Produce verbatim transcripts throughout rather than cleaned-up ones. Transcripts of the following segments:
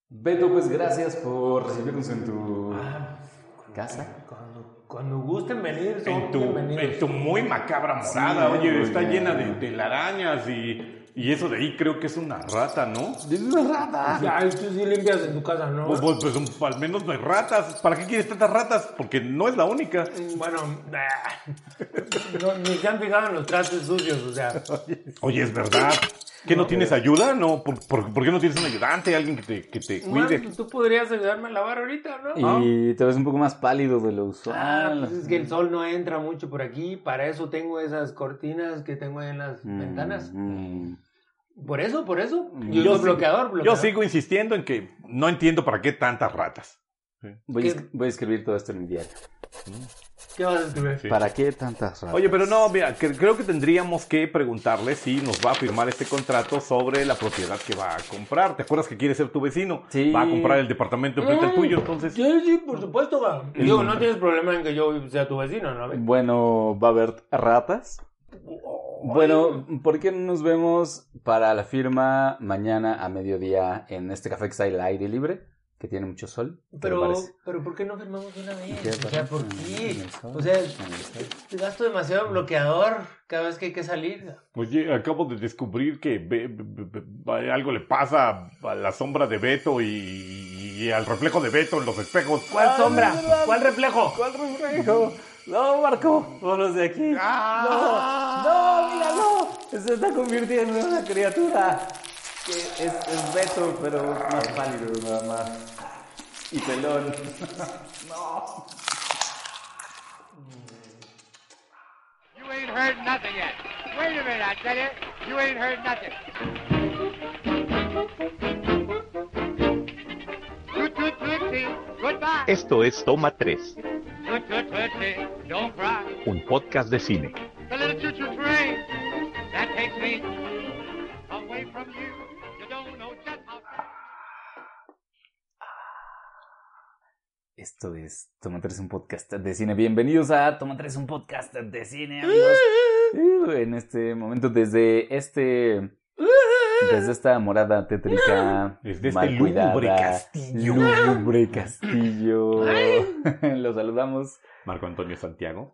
Beto, pues gracias por recibirnos en tu Ah, casa. Cuando, cuando gusten venir, son En tu, bienvenidos. en tu muy macabra morada, Sí, oye, muy está bien. llena de telarañas y, y eso de ahí creo que es una rata, ¿no? ¡Es una rata! Ay, tú sí limpias en tu casa, ¿no? Pues, pues, pues, um, al menos no hay ratas. ¿Para qué quieres tantas ratas? Porque no es la única. Bueno, ah, no, ni se han fijado en los trastes sucios, o sea. Oye, es verdad. ¿Qué no, tienes ayuda? No, ¿por, por, por qué no tienes un ayudante? Alguien que te, que te cuide. Bueno, tú podrías ayudarme a lavar ahorita, ¿no? Y te ves un poco más pálido de lo Ah, usual. pues es que el sol no entra mucho por aquí, para eso tengo esas cortinas que tengo ahí en las Mm, ventanas. mm. Por eso, por eso. Mm. Yo, Yo soy sí- bloqueador, bloqueador. Yo sigo insistiendo en que no entiendo para qué tantas ratas. Voy, a, ¿Qué? es- voy a escribir todo esto en mi diario. ¿Qué vas a escribir? Sí. ¿Para qué tantas ratas? Oye, pero no, mira, que- creo que tendríamos que preguntarle si nos va a firmar este contrato sobre la propiedad que va a comprar. ¿Te acuerdas que quiere ser tu vecino? Sí. Va a comprar el departamento enfrente al tuyo, entonces... Sí, sí, por supuesto, va. Digo, no tienes problema en que yo sea tu vecino, ¿no? Bueno, ¿va a haber ratas? Bueno, ¿por qué no nos vemos para la firma mañana a mediodía en este café que está al aire libre? Que tiene mucho sol. ¿Qué te Pero, parece? pero ¿por qué no firmamos una vez? ¿Qué O sea, pasa? ¿por En qué? el sol, O sea, en el sol. gasto demasiado bloqueador cada vez que hay que salir. Oye, acabo de descubrir que Be- Be- Be- Be- algo le pasa a la sombra de Beto y, y al reflejo de Beto en los espejos. ¿Cuál Ay, sombra? es verdad. ¿Cuál reflejo? ¿Cuál reflejo? No, Marco, vámonos de aquí. Ah. No, no, míralo. Se está convirtiendo en una criatura que es, es Beto, pero más pálido nada más. Y pelón. No. You ain't heard nothing yet. Wait a minute, I tell you. You ain't heard nothing. Toot, toot, tootsie, goodbye. Esto es Toma tres, Toot, toot, tootsie, don't cry. un podcast de cine. The little choo-choo train that takes me away from you. You don't know just how... Esto es Toma tres, un podcast de cine. Bienvenidos a Toma tres, un podcast de cine, amigos. Uh, en este momento, desde este... Desde esta morada tétrica, Desde este mal cuidada, lúgubre castillo. lúgubre castillo. Los saludamos. Marco Antonio Santiago.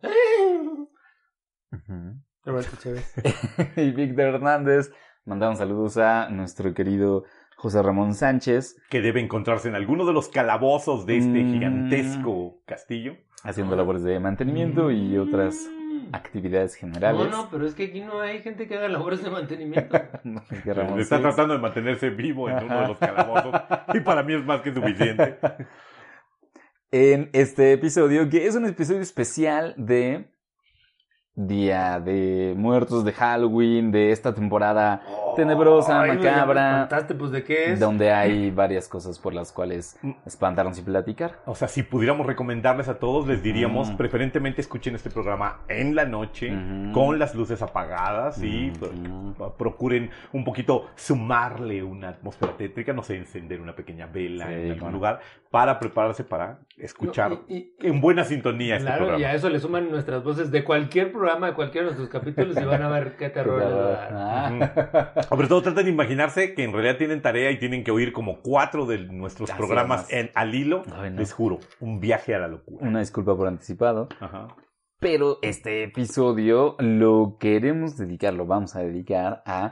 Ujú. Roberto Chévez. Y Víctor Hernández. Mandamos saludos a nuestro querido José Ramón Sánchez, Que debe encontrarse en alguno de los calabozos de este Mm. gigantesco castillo. haciendo labores de mantenimiento y otras actividades generales. No, no, pero es que aquí no hay gente que haga labores de mantenimiento. No, que Ramón Está sí. tratando de mantenerse vivo en uno de los calabozos. Y para mí es más que suficiente. En este episodio, que es un episodio especial de Día de Muertos, de Halloween, de esta temporada tenebrosa, Ay, güey, ya me macabra, espantaste, pues, ¿de qué es? donde hay varias cosas por las cuales espantarnos y platicar. O sea, si pudiéramos recomendarles a todos, les diríamos, Mm. preferentemente escuchen este programa en la noche, Mm. con las luces apagadas y Mm. pro- procuren un poquito sumarle una atmósfera tétrica, no sé, encender una pequeña vela Sí, en algún claro. lugar para prepararse para escuchar No, y- y- en buena sintonía este Claro, y programa. a eso le suman nuestras voces de cualquier programa, de cualquiera de nuestros capítulos y van a ver qué terror les va a dar. Ah. Sobre todo traten de imaginarse que en realidad tienen tarea y tienen que oír como cuatro de nuestros Así programas además. en, al hilo. Ay, no. Les juro, un viaje a la locura. Una disculpa por anticipado. Ajá. Pero este episodio lo queremos dedicar, lo vamos a dedicar a...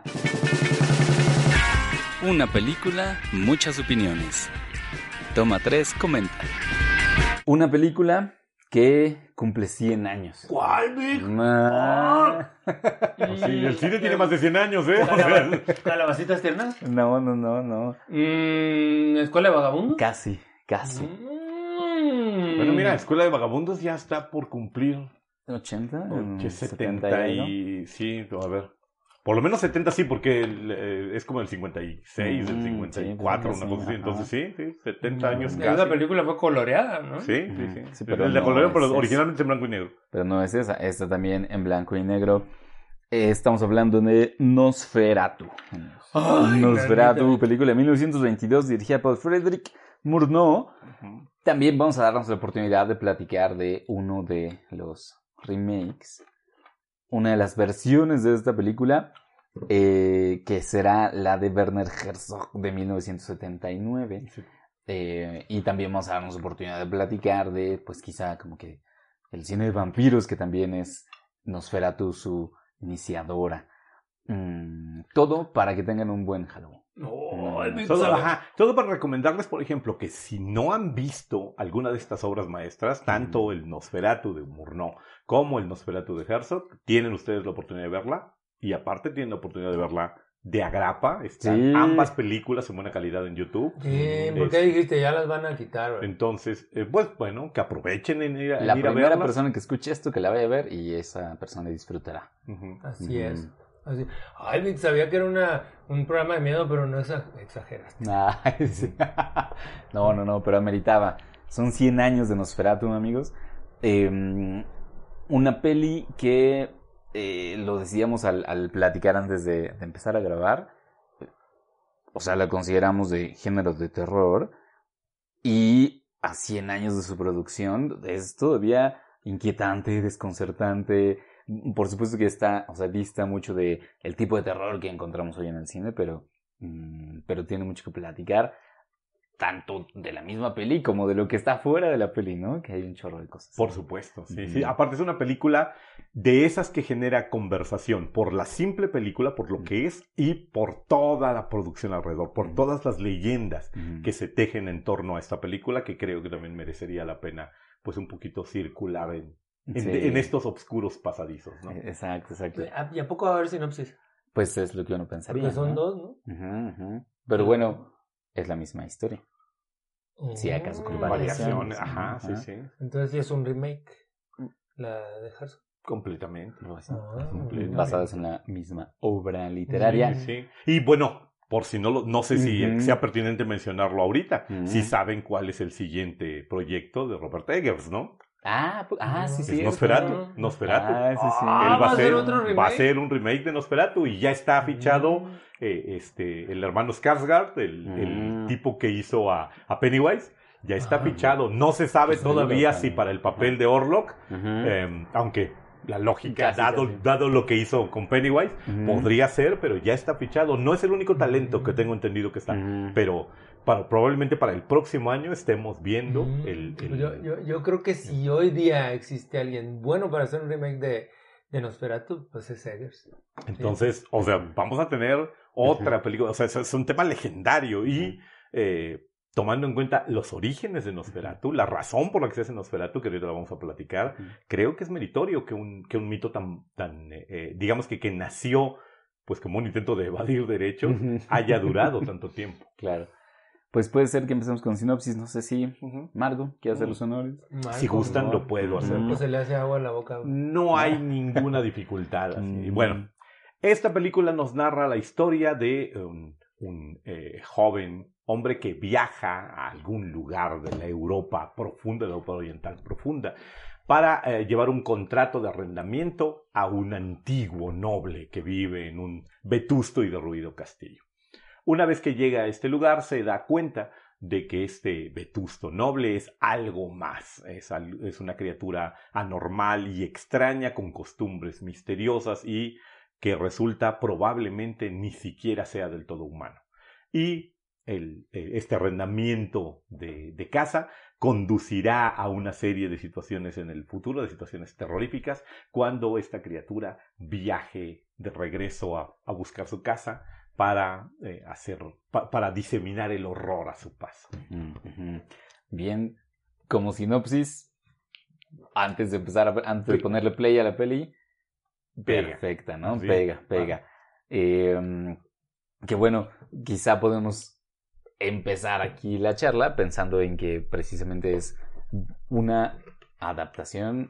Una película, muchas opiniones. Toma tres, comenta. Una película que cumple cien años. ¿Cuál, Vic? Ma- Sí, el cine tiene más de cien años, ¿eh? O sea, Calab- ¿Calabacitas tiernas? No, no, no, no. Mm, ¿Escuela de vagabundo? Casi, casi. Mm. bueno, mira, Escuela de Vagabundos ya está por cumplir ¿ochenta? oye, setenta setenta y algo. y... Sí, a ver. Por lo menos setenta sí, porque el, eh, es como el cincuenta y seis, el Mm, cincuenta y cuatro, sí, una sí, cosa así. ajá. Entonces sí, sí, setenta años Esa casi. película fue coloreada, ¿no? Sí, sí, Ujú. sí. Sí, pero el de no color, pero es eso. originalmente en blanco y negro. Pero no es esa, esta también en blanco y negro. Eh, Estamos hablando de Nosferatu. Ay, Nosferatu, Carlita. película de mil novecientos veintidós dirigida por Frédéric Murnau. También vamos a darnos la oportunidad de platicar de uno de los remakes. Una de las versiones de esta película eh, que será la de Werner Herzog de mil novecientos setenta y nueve. Sí. Eh, y también vamos a darnos oportunidad de platicar de, pues quizá como que el cine de vampiros, que también es Nosferatu su iniciadora. Mm, todo para que tengan un buen Halloween. No, el Todo, ¿sabe? ajá, todo para recomendarles, por ejemplo, que si no han visto alguna de estas obras maestras, tanto el Nosferatu de Murnau como el Nosferatu de Herzog, tienen ustedes la oportunidad de verla, y aparte tienen la oportunidad de verla de agrapa. Están Sí. ambas películas en buena calidad en YouTube. Sí, ¿por qué Es- dijiste? Ya las van a quitar, güey. Entonces, eh, pues bueno, que aprovechen en ir, a- en La ir a primera verlas. persona que escuche esto, que la vaya a ver y esa persona disfrutará. Ujú. Así Ujú. es. Así. Ay, Vic, sabía que era una, un programa de miedo, pero no exa- exageraste. Ay, sí. No, no, no, pero ameritaba. Son cien años de Nosferatu, amigos. Eh, una peli que eh, lo decíamos al, al platicar antes de, de empezar a grabar. O sea, la consideramos de género de terror. Y a cien años de su producción es todavía inquietante, desconcertante. Por supuesto que está, o sea, dista mucho de el tipo de terror que encontramos hoy en el cine, pero, mm, pero tiene mucho que platicar, tanto de la misma peli como de lo que está fuera de la peli, ¿no? Que hay un chorro de cosas. Por supuesto, sí, Ujú. sí. Aparte es una película de esas que genera conversación por la simple película, por lo que es, y por toda la producción alrededor, por Ujú. todas las leyendas Mm. que se tejen en torno a esta película, que creo que también merecería la pena, pues un poquito circular en, en, Sí. en estos oscuros pasadizos, ¿no? Exacto, exacto. ¿Y a poco va a haber sinopsis? Pues es lo que uno pensaría, Porque son ¿no? dos, ¿no? Ujú, ujú. Pero bueno, es la misma historia. Sí, acaso con Mm. Variaciones, variaciones, ajá, ajá. sí, sí. Entonces sí es un remake. La de Herzog. Completamente. Algo así. Ah, completamente. Basadas en la misma obra literaria. Sí, sí. Y bueno, por si no lo, no sé si Ujú. sea pertinente mencionarlo ahorita, Ujú. si saben cuál es el siguiente proyecto de Robert Eggers, ¿no? Ah, pu- ah, sí, Es sí. Nosferatu, Nosferatu. Ah, sí, sí. Ah, Él va a hacer otro remake. va a ser un remake de Nosferatu y ya está fichado Mm. eh, este, el hermano Skarsgård, el, el Mm. tipo que hizo a, a Pennywise, ya está Ah. fichado. No se sabe Pues ahí todavía lo- si para el papel de Orlok, Ujú. eh, aunque la lógica, Casi, dado, casi. dado lo que hizo con Pennywise, Ujú. podría ser, pero ya está fichado. No es el único talento que tengo entendido que está, Ujú. pero para, probablemente para el próximo año estemos viendo Mm. el... el- Yo, yo, yo creo que si hoy día existe alguien bueno para hacer un remake de, de Nosferatu, pues es Eggers. Entonces, o sea, vamos a tener otra película, o sea, es, es un tema legendario y eh, tomando en cuenta los orígenes de Nosferatu, la razón por la que se hace Nosferatu, que ahorita la vamos a platicar, Ujú. creo que es meritorio que un, que un mito tan, tan eh, eh, digamos que, que nació pues como un intento de evadir derechos, Ujú. haya durado tanto tiempo. Claro. Pues puede ser que empecemos con sinopsis. No sé si Margo quiere hacer los honores. Marco, Si gustan, ¿no? lo puedo hacer. Pues se le hace agua a la boca. güey. No hay ninguna dificultad. Así. Mm. Bueno, esta película nos narra la historia de un, un eh, joven hombre que viaja a algún lugar de la Europa profunda, de la Europa oriental profunda, para eh, llevar un contrato de arrendamiento a un antiguo noble que vive en un vetusto y derruido castillo. Una vez que llega a este lugar, se da cuenta de que este vetusto noble es algo más, es, al- es una criatura anormal y extraña con costumbres misteriosas y que resulta probablemente ni siquiera sea del todo humano. Y el, eh, este arrendamiento de, de casa conducirá a una serie de situaciones en el futuro, de situaciones terroríficas, cuando esta criatura viaje de regreso a, a buscar su casa para eh, hacer, pa- para diseminar el horror a su paso. Ujú, ujú. Bien, como sinopsis, antes de empezar, a- antes de Sí. ponerle play a la peli, Pega. perfecta, ¿no? Así. Pega, pega. Eh, que bueno, quizá podemos empezar aquí la charla pensando en que precisamente es una adaptación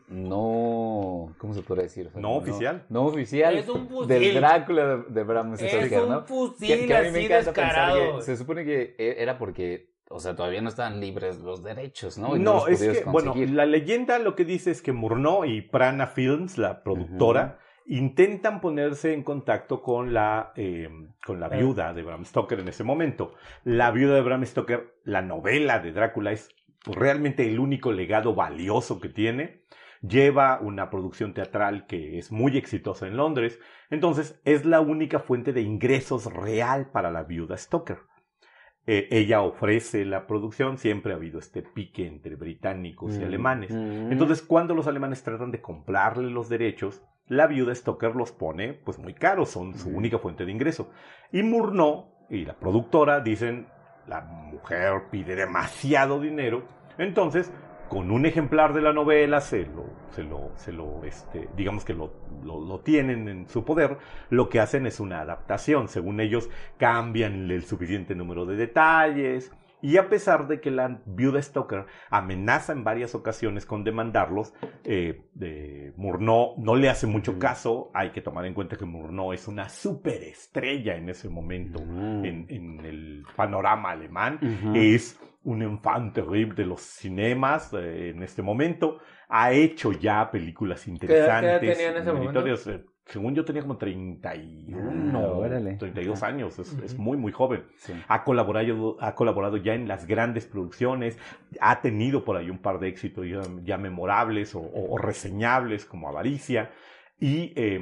no, ¿cómo se podría decir? O sea, No oficial. No, oficial. Es un fusil. Del Drácula de, de Bram Stoker, Es un ¿no? fusil Que- que a mí me así encanta pensar descarado. que se supone que e- era porque, o sea, todavía no estaban libres los derechos, ¿no? Y No, los es podías que, bueno, conseguir. la leyenda lo que dice es que Murnau y Prana Films, la productora, intentan ponerse en contacto con la, eh, con la viuda de Bram Stoker en ese momento. La viuda de Bram Stoker, la novela de Drácula, es realmente el único legado valioso que tiene. lleva una producción teatral que es muy exitosa en Londres, entonces es la única fuente de ingresos real para la viuda Stoker. Eh, ella ofrece la producción, siempre ha habido este pique entre británicos y Mm, alemanes. mm. Entonces, cuando los alemanes tratan de comprarle los derechos, la viuda Stoker los pone pues muy caros, son su Mm. única fuente de ingreso. Y Murnau y la productora dicen, la mujer pide demasiado dinero, entonces con un ejemplar de la novela se lo, se lo, se lo, este, digamos que lo, lo, lo tienen en su poder, lo que hacen es una adaptación, según ellos cambian el suficiente número de detalles, y a pesar de que la viuda Stoker amenaza en varias ocasiones con demandarlos, eh, eh, Murnau no le hace mucho caso. Hay que tomar en cuenta que Murnau es una superestrella en ese momento Mm. en, en el panorama alemán. Ujú. Es un enfant terrible de los cinemas eh, en este momento. Ha hecho ya películas interesantes. qué edad tenía en ese momento? meritorias. Eh, según yo tenía como treinta y uno, Ah, órale. treinta y dos Ajá. años. Es, es Ujú. muy, muy joven. Sí. Ha colaborado, ha colaborado ya en las grandes producciones. Ha tenido por ahí un par de éxitos ya, ya memorables o, o- o reseñables, como Avaricia. Y eh,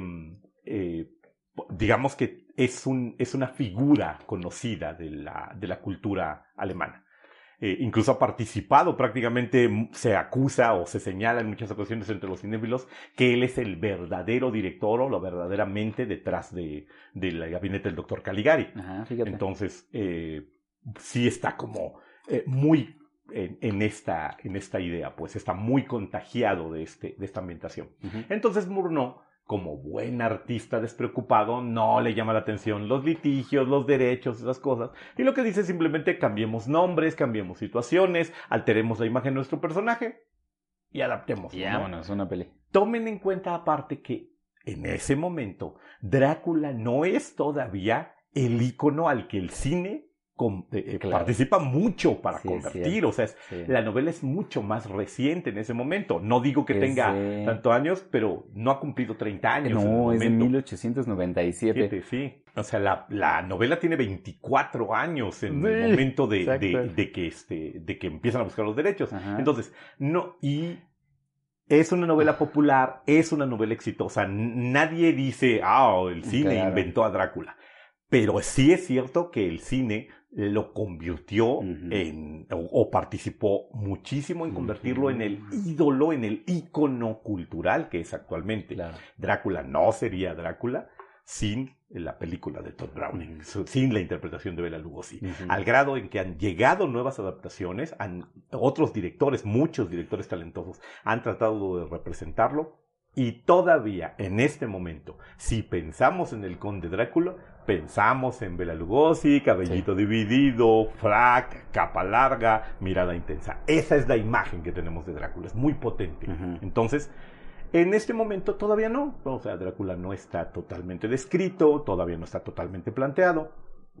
eh, digamos que es, un, es una figura conocida de la, de la cultura alemana. Eh, incluso ha participado prácticamente, m- se acusa o se señala en muchas ocasiones entre los cinéfilos que él es el verdadero director o lo verdaderamente detrás de, del gabinete del doctor Caligari. Ajá, fíjate. Entonces, eh, sí está como eh, muy en, en, esta, en esta idea, pues está muy contagiado de, este, de esta ambientación. Ujú. Entonces Murnau, como buen artista despreocupado, no le llama la atención los litigios, los derechos, esas cosas. Y lo que dice es simplemente cambiemos nombres, cambiemos situaciones, alteremos la imagen de nuestro personaje y adaptemos. Y vámonos, una peli. Tomen en cuenta aparte que en ese momento Drácula no es todavía el ícono al que el cine con- eh, eh, Claro. participa mucho para Sí, convertir. cierto. O sea, es- Sí. la novela es mucho más reciente en ese momento. No digo que Es tenga de- tantos años, pero no ha cumplido treinta años. en el No, es de momento. mil ochocientos noventa y siete. Siete, sí. O sea, la, la novela tiene veinticuatro años en Sí, el momento de, exacto. de, de que, este, de que empiezan a buscar los derechos. Ajá. Entonces, no, y es una novela popular, es una novela exitosa. N- Nadie dice, ah, el cine Claro. inventó a Drácula. Pero sí es cierto que el cine lo convirtió Ujú. en, o, o participó muchísimo en convertirlo Ujú. en el ídolo, en el ícono cultural que es actualmente. Claro. Drácula no sería Drácula sin la película de Todd Browning, Ujú. sin la interpretación de Bela Lugosi. Ujú. Al grado en que han llegado nuevas adaptaciones, han- otros directores, muchos directores talentosos, han tratado de representarlo. Y todavía, en este momento, si pensamos en el Conde Drácula, pensamos en Bela Lugosi, cabellito dividido, frac, capa larga, mirada intensa. Esa es la imagen que tenemos de Drácula, es muy potente. Ujú. Entonces, en este momento todavía no. O sea, Drácula no está totalmente descrito, todavía no está totalmente planteado.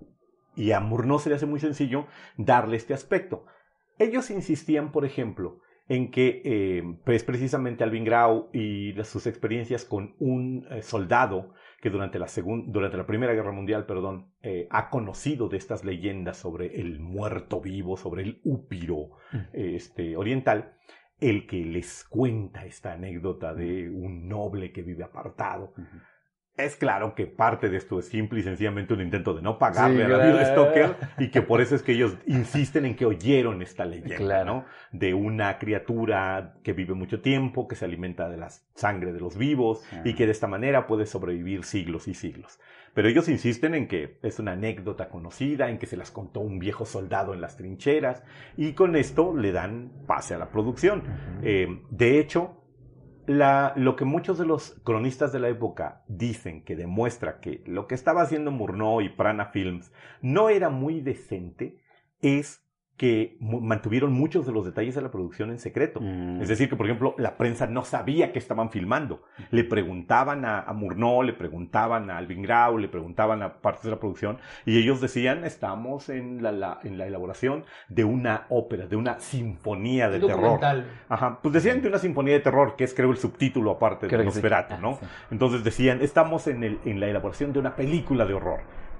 Y a Murnau se le hace muy sencillo darle este aspecto. Ellos insistían, por ejemplo, en que eh, pues precisamente Alvin Grau y las- sus experiencias con un eh, soldado que durante la, segun- durante la Primera Guerra Mundial perdón, eh, ha conocido de estas leyendas sobre el muerto vivo, sobre el úpiro eh, este, oriental, el que les cuenta esta anécdota de un noble que vive apartado. Ujú. Es claro que parte de esto es simple y sencillamente un intento de no pagarle Sí, a la claro. viuda Stoker y que por eso es que ellos insisten en que oyeron esta leyenda, Claro. ¿no? De una criatura que vive mucho tiempo, que se alimenta de la sangre de los vivos Ah. y que de esta manera puede sobrevivir siglos y siglos. Pero ellos insisten en que es una anécdota conocida, en que se las contó un viejo soldado en las trincheras y con esto le dan pase a la producción. Eh, de hecho, La, lo que muchos de los cronistas de la época dicen que demuestra que lo que estaba haciendo Murnau y Prana Films no era muy decente es que mu- mantuvieron muchos de los detalles de la producción en secreto. Mm. Es decir, que por ejemplo la prensa no sabía que estaban filmando. Le preguntaban a, a Murnau, le preguntaban a Alvin Grau, le preguntaban a partes de la producción y ellos decían, estamos en la, la- en la elaboración de una ópera, de una sinfonía de Un terror. documental. Ajá, pues decían de una sinfonía de terror, que es creo el subtítulo aparte Creo de que sí. Nosferatu, Ah, ¿no? sí. Entonces decían, estamos en, el, en la elaboración de una película de horror.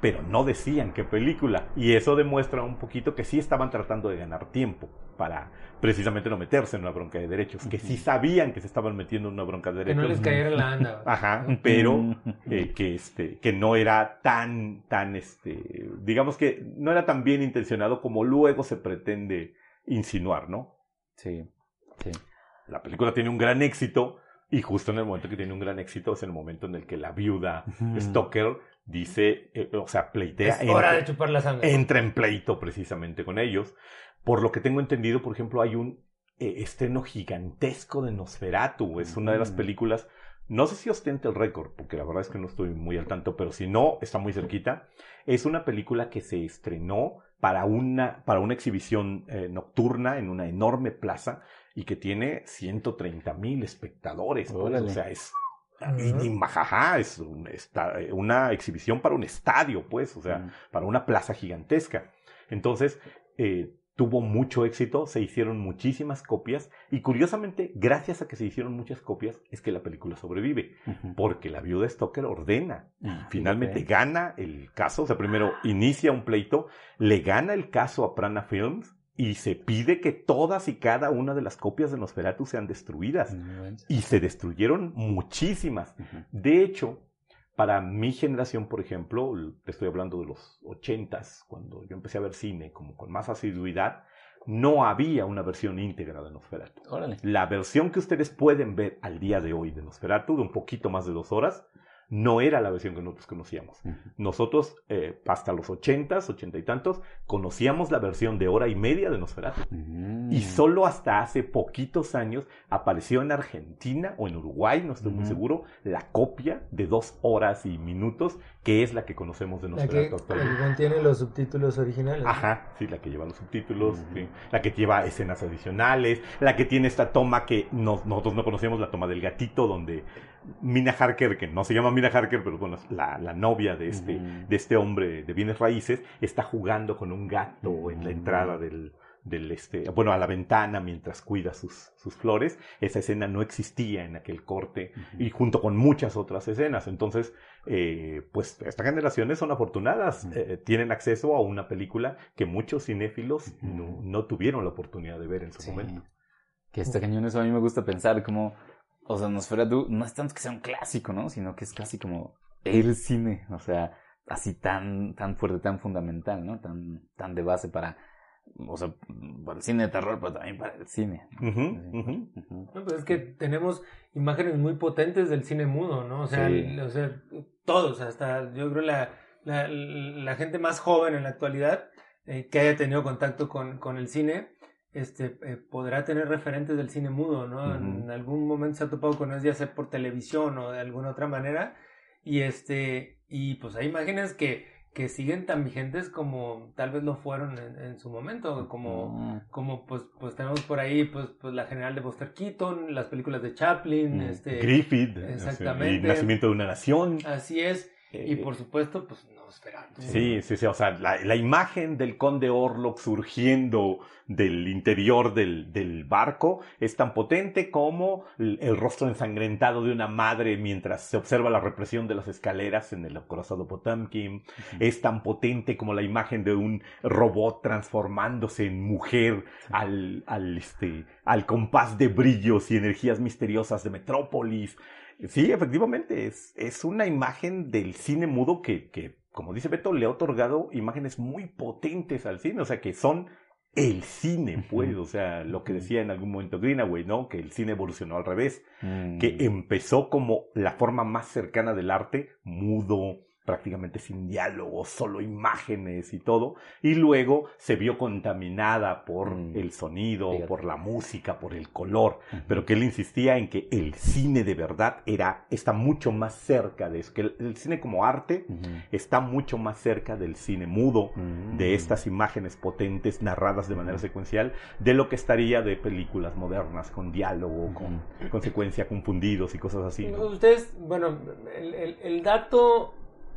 pero no decían qué película. Y eso demuestra un poquito que sí estaban tratando de ganar tiempo para precisamente no meterse en una bronca de derechos, que sí sabían que se estaban metiendo en una bronca de Que derechos. no les cayera la anda. Ajá, pero eh, que este que no era tan tan este digamos que no era tan bien intencionado como luego se pretende insinuar, ¿no? Sí, sí. La película tiene un gran éxito y justo en el momento que tiene un gran éxito es el momento en el que la viuda Stoker dice, eh, o sea, pleitea, Es hora entra, de chupar la sangre. entra en pleito precisamente con ellos. Por lo que tengo entendido, por ejemplo, hay un eh, estreno gigantesco de Nosferatu. Es una de las películas, no sé si ostenta el récord, porque la verdad es que no estoy muy al tanto, pero si no, está muy cerquita. Es una película que se estrenó para una, para una exhibición eh, nocturna en una enorme plaza y que tiene ciento treinta mil espectadores. Pues, o sea, es... Y, y majaja, es un, esta, una exhibición para un estadio, pues, o sea, mm. para una plaza gigantesca. Entonces, eh, tuvo mucho éxito, se hicieron muchísimas copias y curiosamente, gracias a que se hicieron muchas copias, es que la película sobrevive, uh-huh. porque la viuda Stoker ordena y uh-huh. finalmente okay. gana el caso, o sea, primero inicia un pleito, le gana el caso a Prana Films y se pide que todas y cada una de las copias de Nosferatu sean destruidas. Uh-huh. Y se destruyeron muchísimas. Uh-huh. De hecho, para mi generación, por ejemplo, estoy hablando de los ochentas, cuando yo empecé a ver cine como con más asiduidad, no había una versión íntegra de Nosferatu. Órale. La versión que ustedes pueden ver al día de hoy de Nosferatu, de un poquito más de dos horas, no era la versión que nosotros conocíamos. Uh-huh. Nosotros, eh, hasta los ochentas, ochenta y tantos, conocíamos la versión de hora y media de Nosferatu. Uh-huh. Y solo hasta hace poquitos años apareció en Argentina o en Uruguay, no estoy uh-huh. muy seguro, la copia de dos horas y minutos, que es la que conocemos de Nosferatu actualmente. La que contiene los subtítulos originales. Ajá, sí, la que lleva los subtítulos, uh-huh. sí, la que lleva escenas adicionales, la que tiene esta toma que no, nosotros no conocíamos, la toma del gatito, donde Mina Harker, que no se llama Mina Harker, pero bueno, la, la novia de este, uh-huh. de este hombre de bienes raíces, está jugando con un gato uh-huh. en la entrada del, del este, bueno, a la ventana mientras cuida sus, sus flores. Esa escena no existía en aquel corte uh-huh. y junto con muchas otras escenas. Entonces, eh, pues estas generaciones son afortunadas, uh-huh. eh, tienen acceso a una película que muchos cinéfilos uh-huh. no, no tuvieron la oportunidad de ver en su sí. momento. Que está cañón, eso a mí me gusta pensar como... O sea, Nosferatu no es tanto que sea un clásico, ¿no? Sino que es casi como el cine, o sea, así tan, tan fuerte, tan fundamental, ¿no? Tan, tan de base para, o sea, para el cine de terror, pero también para el cine. Uh-huh, uh-huh. Uh-huh. No, pues es que tenemos imágenes muy potentes del cine mudo, ¿no? O sea, sí. el, o sea todos, hasta yo creo la, la, la gente más joven en la actualidad eh, que haya tenido contacto con, con el cine, este eh, podrá tener referentes del cine mudo, ¿no? Uh-huh. En algún momento se ha topado con ellos, ya sea por televisión o de alguna otra manera, y este y pues hay imágenes que, que siguen tan vigentes como tal vez lo fueron en, en su momento, como, uh-huh. como pues, pues tenemos por ahí pues, pues la general de Buster Keaton, las películas de Chaplin, uh-huh. este Griffith, exactamente, el Nacimiento de una Nación. Así es, eh, y por supuesto, pues Nosferatu. Sí, sí, sí, o sea, la, la imagen del conde Orlok surgiendo del interior del, del barco es tan potente como el, el rostro ensangrentado de una madre mientras se observa la represión de las escaleras en el acorazado Potemkin. Uh-huh. Es tan potente como la imagen de un robot transformándose en mujer al, al, este, al compás de brillos y energías misteriosas de Metrópolis. Sí, efectivamente, es, es una imagen del cine mudo que, que, como dice Beto, le ha otorgado imágenes muy potentes al cine, o sea, que son el cine, pues, o sea, lo que decía en algún momento Greenaway, ¿no? Que el cine evolucionó al revés, mm. que empezó como la forma más cercana del arte, mudo, prácticamente sin diálogo, solo imágenes y todo, y luego se vio contaminada por mm. el sonido, Fíjate. por la música, por el color, uh-huh. pero que él insistía en que el cine de verdad era, está mucho más cerca de eso, que el, el cine como arte uh-huh. está mucho más cerca del cine mudo, uh-huh. de estas imágenes potentes narradas de manera uh-huh. secuencial, de lo que estaría de películas modernas con diálogo, uh-huh. con, con secuencia confundidos y cosas así, ¿no? Ustedes, bueno, el, el, el dato...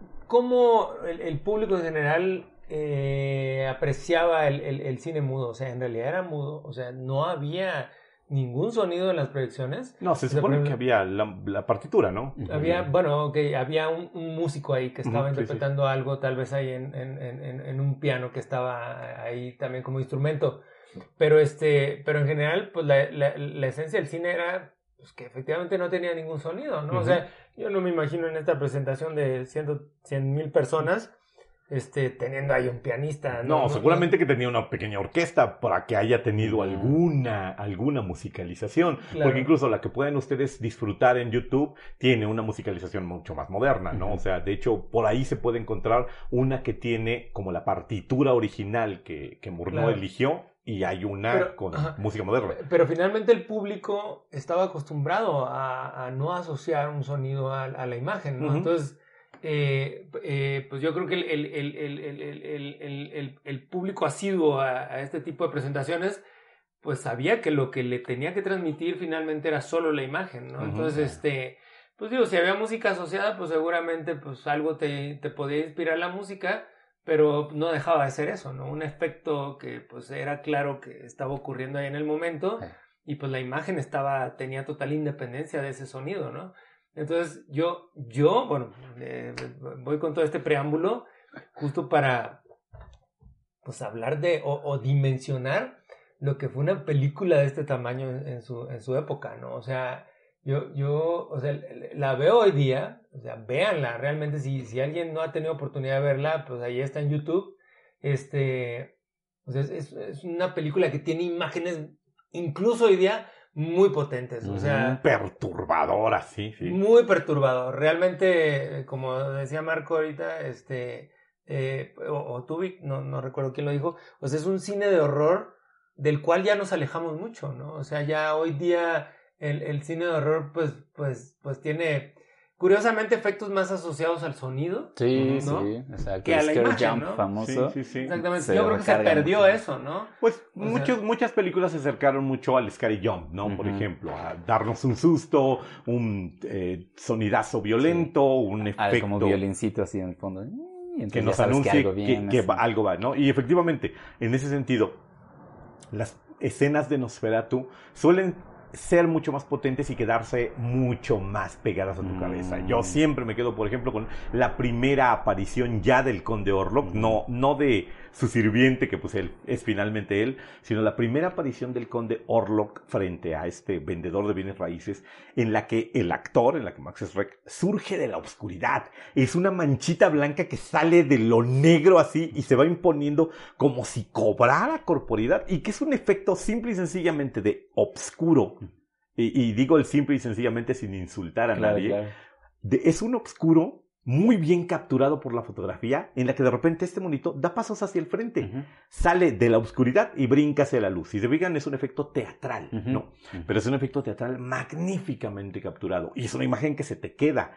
¿Cómo el, el público en general eh, apreciaba el, el, el cine mudo? O sea, en realidad era mudo. O sea, no había ningún sonido en las proyecciones. No, se supone que había la, la partitura, ¿no? Había, bueno, okay, había un, un músico ahí que estaba uh-huh, interpretando sí, sí. algo, tal vez ahí en, en, en, en un piano que estaba ahí también como instrumento. Pero este, pero en general, pues la, la, la esencia del cine era pues, que efectivamente no tenía ningún sonido, ¿no? Uh-huh. O sea, yo no me imagino en esta presentación de cien mil personas este, teniendo ahí un pianista. No, no seguramente no, que tenía una pequeña orquesta para que haya tenido alguna, alguna musicalización. Claro. Porque incluso la que pueden ustedes disfrutar en YouTube tiene una musicalización mucho más moderna, ¿no? Uh-huh. O sea, de hecho, por ahí se puede encontrar una que tiene como la partitura original que, que Murnau claro. eligió. Y hay una pero, con ajá, música moderna. Pero finalmente el público estaba acostumbrado a, a no asociar un sonido a, a la imagen, ¿no? Uh-huh. Entonces, eh, eh, pues yo creo que el, el, el, el, el, el, el, el, el público asiduo a, a este tipo de presentaciones, pues sabía que lo que le tenía que transmitir finalmente era solo la imagen, ¿no? Uh-huh. Entonces, este, pues digo, si había música asociada, pues seguramente pues algo te, te podía inspirar la música, pero no dejaba de ser eso, ¿no? Un efecto que pues era claro que estaba ocurriendo ahí en el momento y pues la imagen estaba, tenía total independencia de ese sonido, ¿no? Entonces yo, yo, bueno, eh, voy con todo este preámbulo justo para pues hablar de o, o dimensionar lo que fue una película de este tamaño en, en, su, en su época, ¿no? O sea, yo, yo, o sea, la veo hoy día, o sea, véanla, realmente si, si alguien no ha tenido oportunidad de verla, pues ahí está en YouTube, este, o sea, es, es una película que tiene imágenes, incluso hoy día, muy potentes, o sea... Perturbadora, sí, sí. Muy perturbador, realmente, como decía Marco ahorita, este, eh, o, o Tubi, no, no recuerdo quién lo dijo, o sea, es un cine de horror del cual ya nos alejamos mucho, ¿no? O sea, ya hoy día... El, el cine de horror, pues, pues, pues tiene, curiosamente, efectos más asociados al sonido. Sí, ¿no? sí, exacto. Que a la Scare imagen, Jump ¿no? famoso. Sí, sí, sí. Exactamente. Yo creo que se perdió mucho. Eso, ¿no? Pues muchos, muchas películas se acercaron mucho al Scary Jump, ¿no? Uh-huh. Por ejemplo, a darnos un susto, un eh, sonidazo violento, sí. un efecto... Ah, como violincito así en el fondo. Y que nos anuncie que, algo, viene, que, que algo va, ¿no? Y efectivamente, en ese sentido, las escenas de Nosferatu suelen ser mucho más potentes y quedarse mucho más pegadas a tu mm. cabeza. Yo siempre me quedo, por ejemplo, con la primera aparición ya del Conde Orlok, mm. no, no de su sirviente, que pues él es finalmente él, sino la primera aparición del Conde Orlok frente a este vendedor de bienes raíces, en la que el actor, en la que Max Schreck, surge de la oscuridad. Es una manchita blanca que sale de lo negro así y se va imponiendo como si cobrara corporidad, y que es un efecto simple y sencillamente de obscuro. Y, y digo el simple y sencillamente sin insultar a claro, nadie. Claro. De, es un obscuro muy bien capturado por la fotografía, en la que de repente este monito da pasos hacia el frente, uh-huh. sale de la oscuridad y brinca hacia la luz. Si se fijan, es un efecto teatral, uh-huh. ¿no? Uh-huh. Pero es un efecto teatral magníficamente capturado. Y es una imagen que se te queda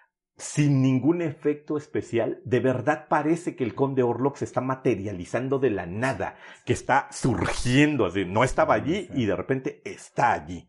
sin ningún efecto especial. De verdad parece que el Conde Orlok se está materializando de la nada, que está surgiendo así. No estaba allí y de repente está allí.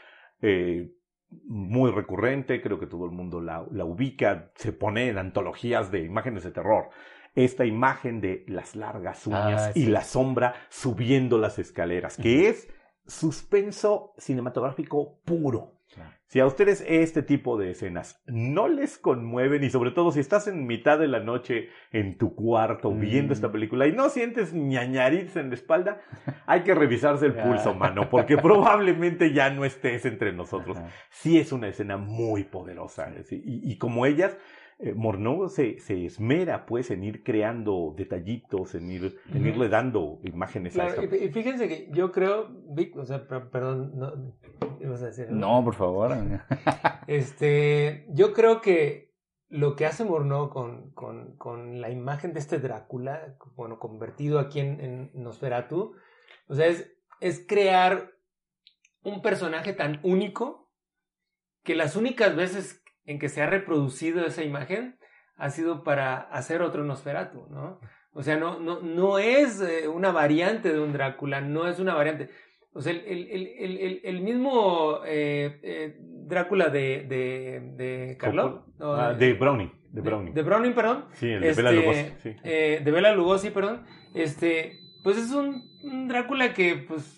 Eh... muy recurrente, creo que todo el mundo la, la ubica, se pone en antologías de imágenes de terror. Esta imagen de las largas uñas ah, sí. y la sombra subiendo las escaleras, que es suspenso cinematográfico puro. Si a ustedes este tipo de escenas no les conmueven, y sobre todo si estás en mitad de la noche en tu cuarto mm. viendo esta película y no sientes ñañariz en la espalda, hay que revisarse el pulso, mano, porque probablemente ya no estés entre nosotros. Ajá. Sí es una escena muy poderosa, ¿sí? y, y como ellas, eh, Murnau se, se esmera pues en ir creando detallitos, en, ir, uh-huh. en irle dando imágenes claro, a esta. Y, y fíjense que yo creo, Vic, o sea, per, perdón, no, ibas a decir, ¿no? No, por favor. este, yo creo que lo que hace Murnau con, con, con la imagen de este Drácula, bueno, convertido aquí en, en Nosferatu, o sea, es, es crear un personaje tan único que las únicas veces en que se ha reproducido esa imagen ha sido para hacer otro Nosferatu, ¿no? O sea, no, no, no es una variante de un Drácula, no es una variante. O sea, el, el, el, el, el mismo eh, eh, Drácula de, de, de Karloff. No, ah, de, de Browning. De Browning. De, de Browning, perdón. Sí, el de este, Bela Lugosi. Sí. Eh, de Bela Lugosi, perdón. Este, pues es un, un Drácula que, pues,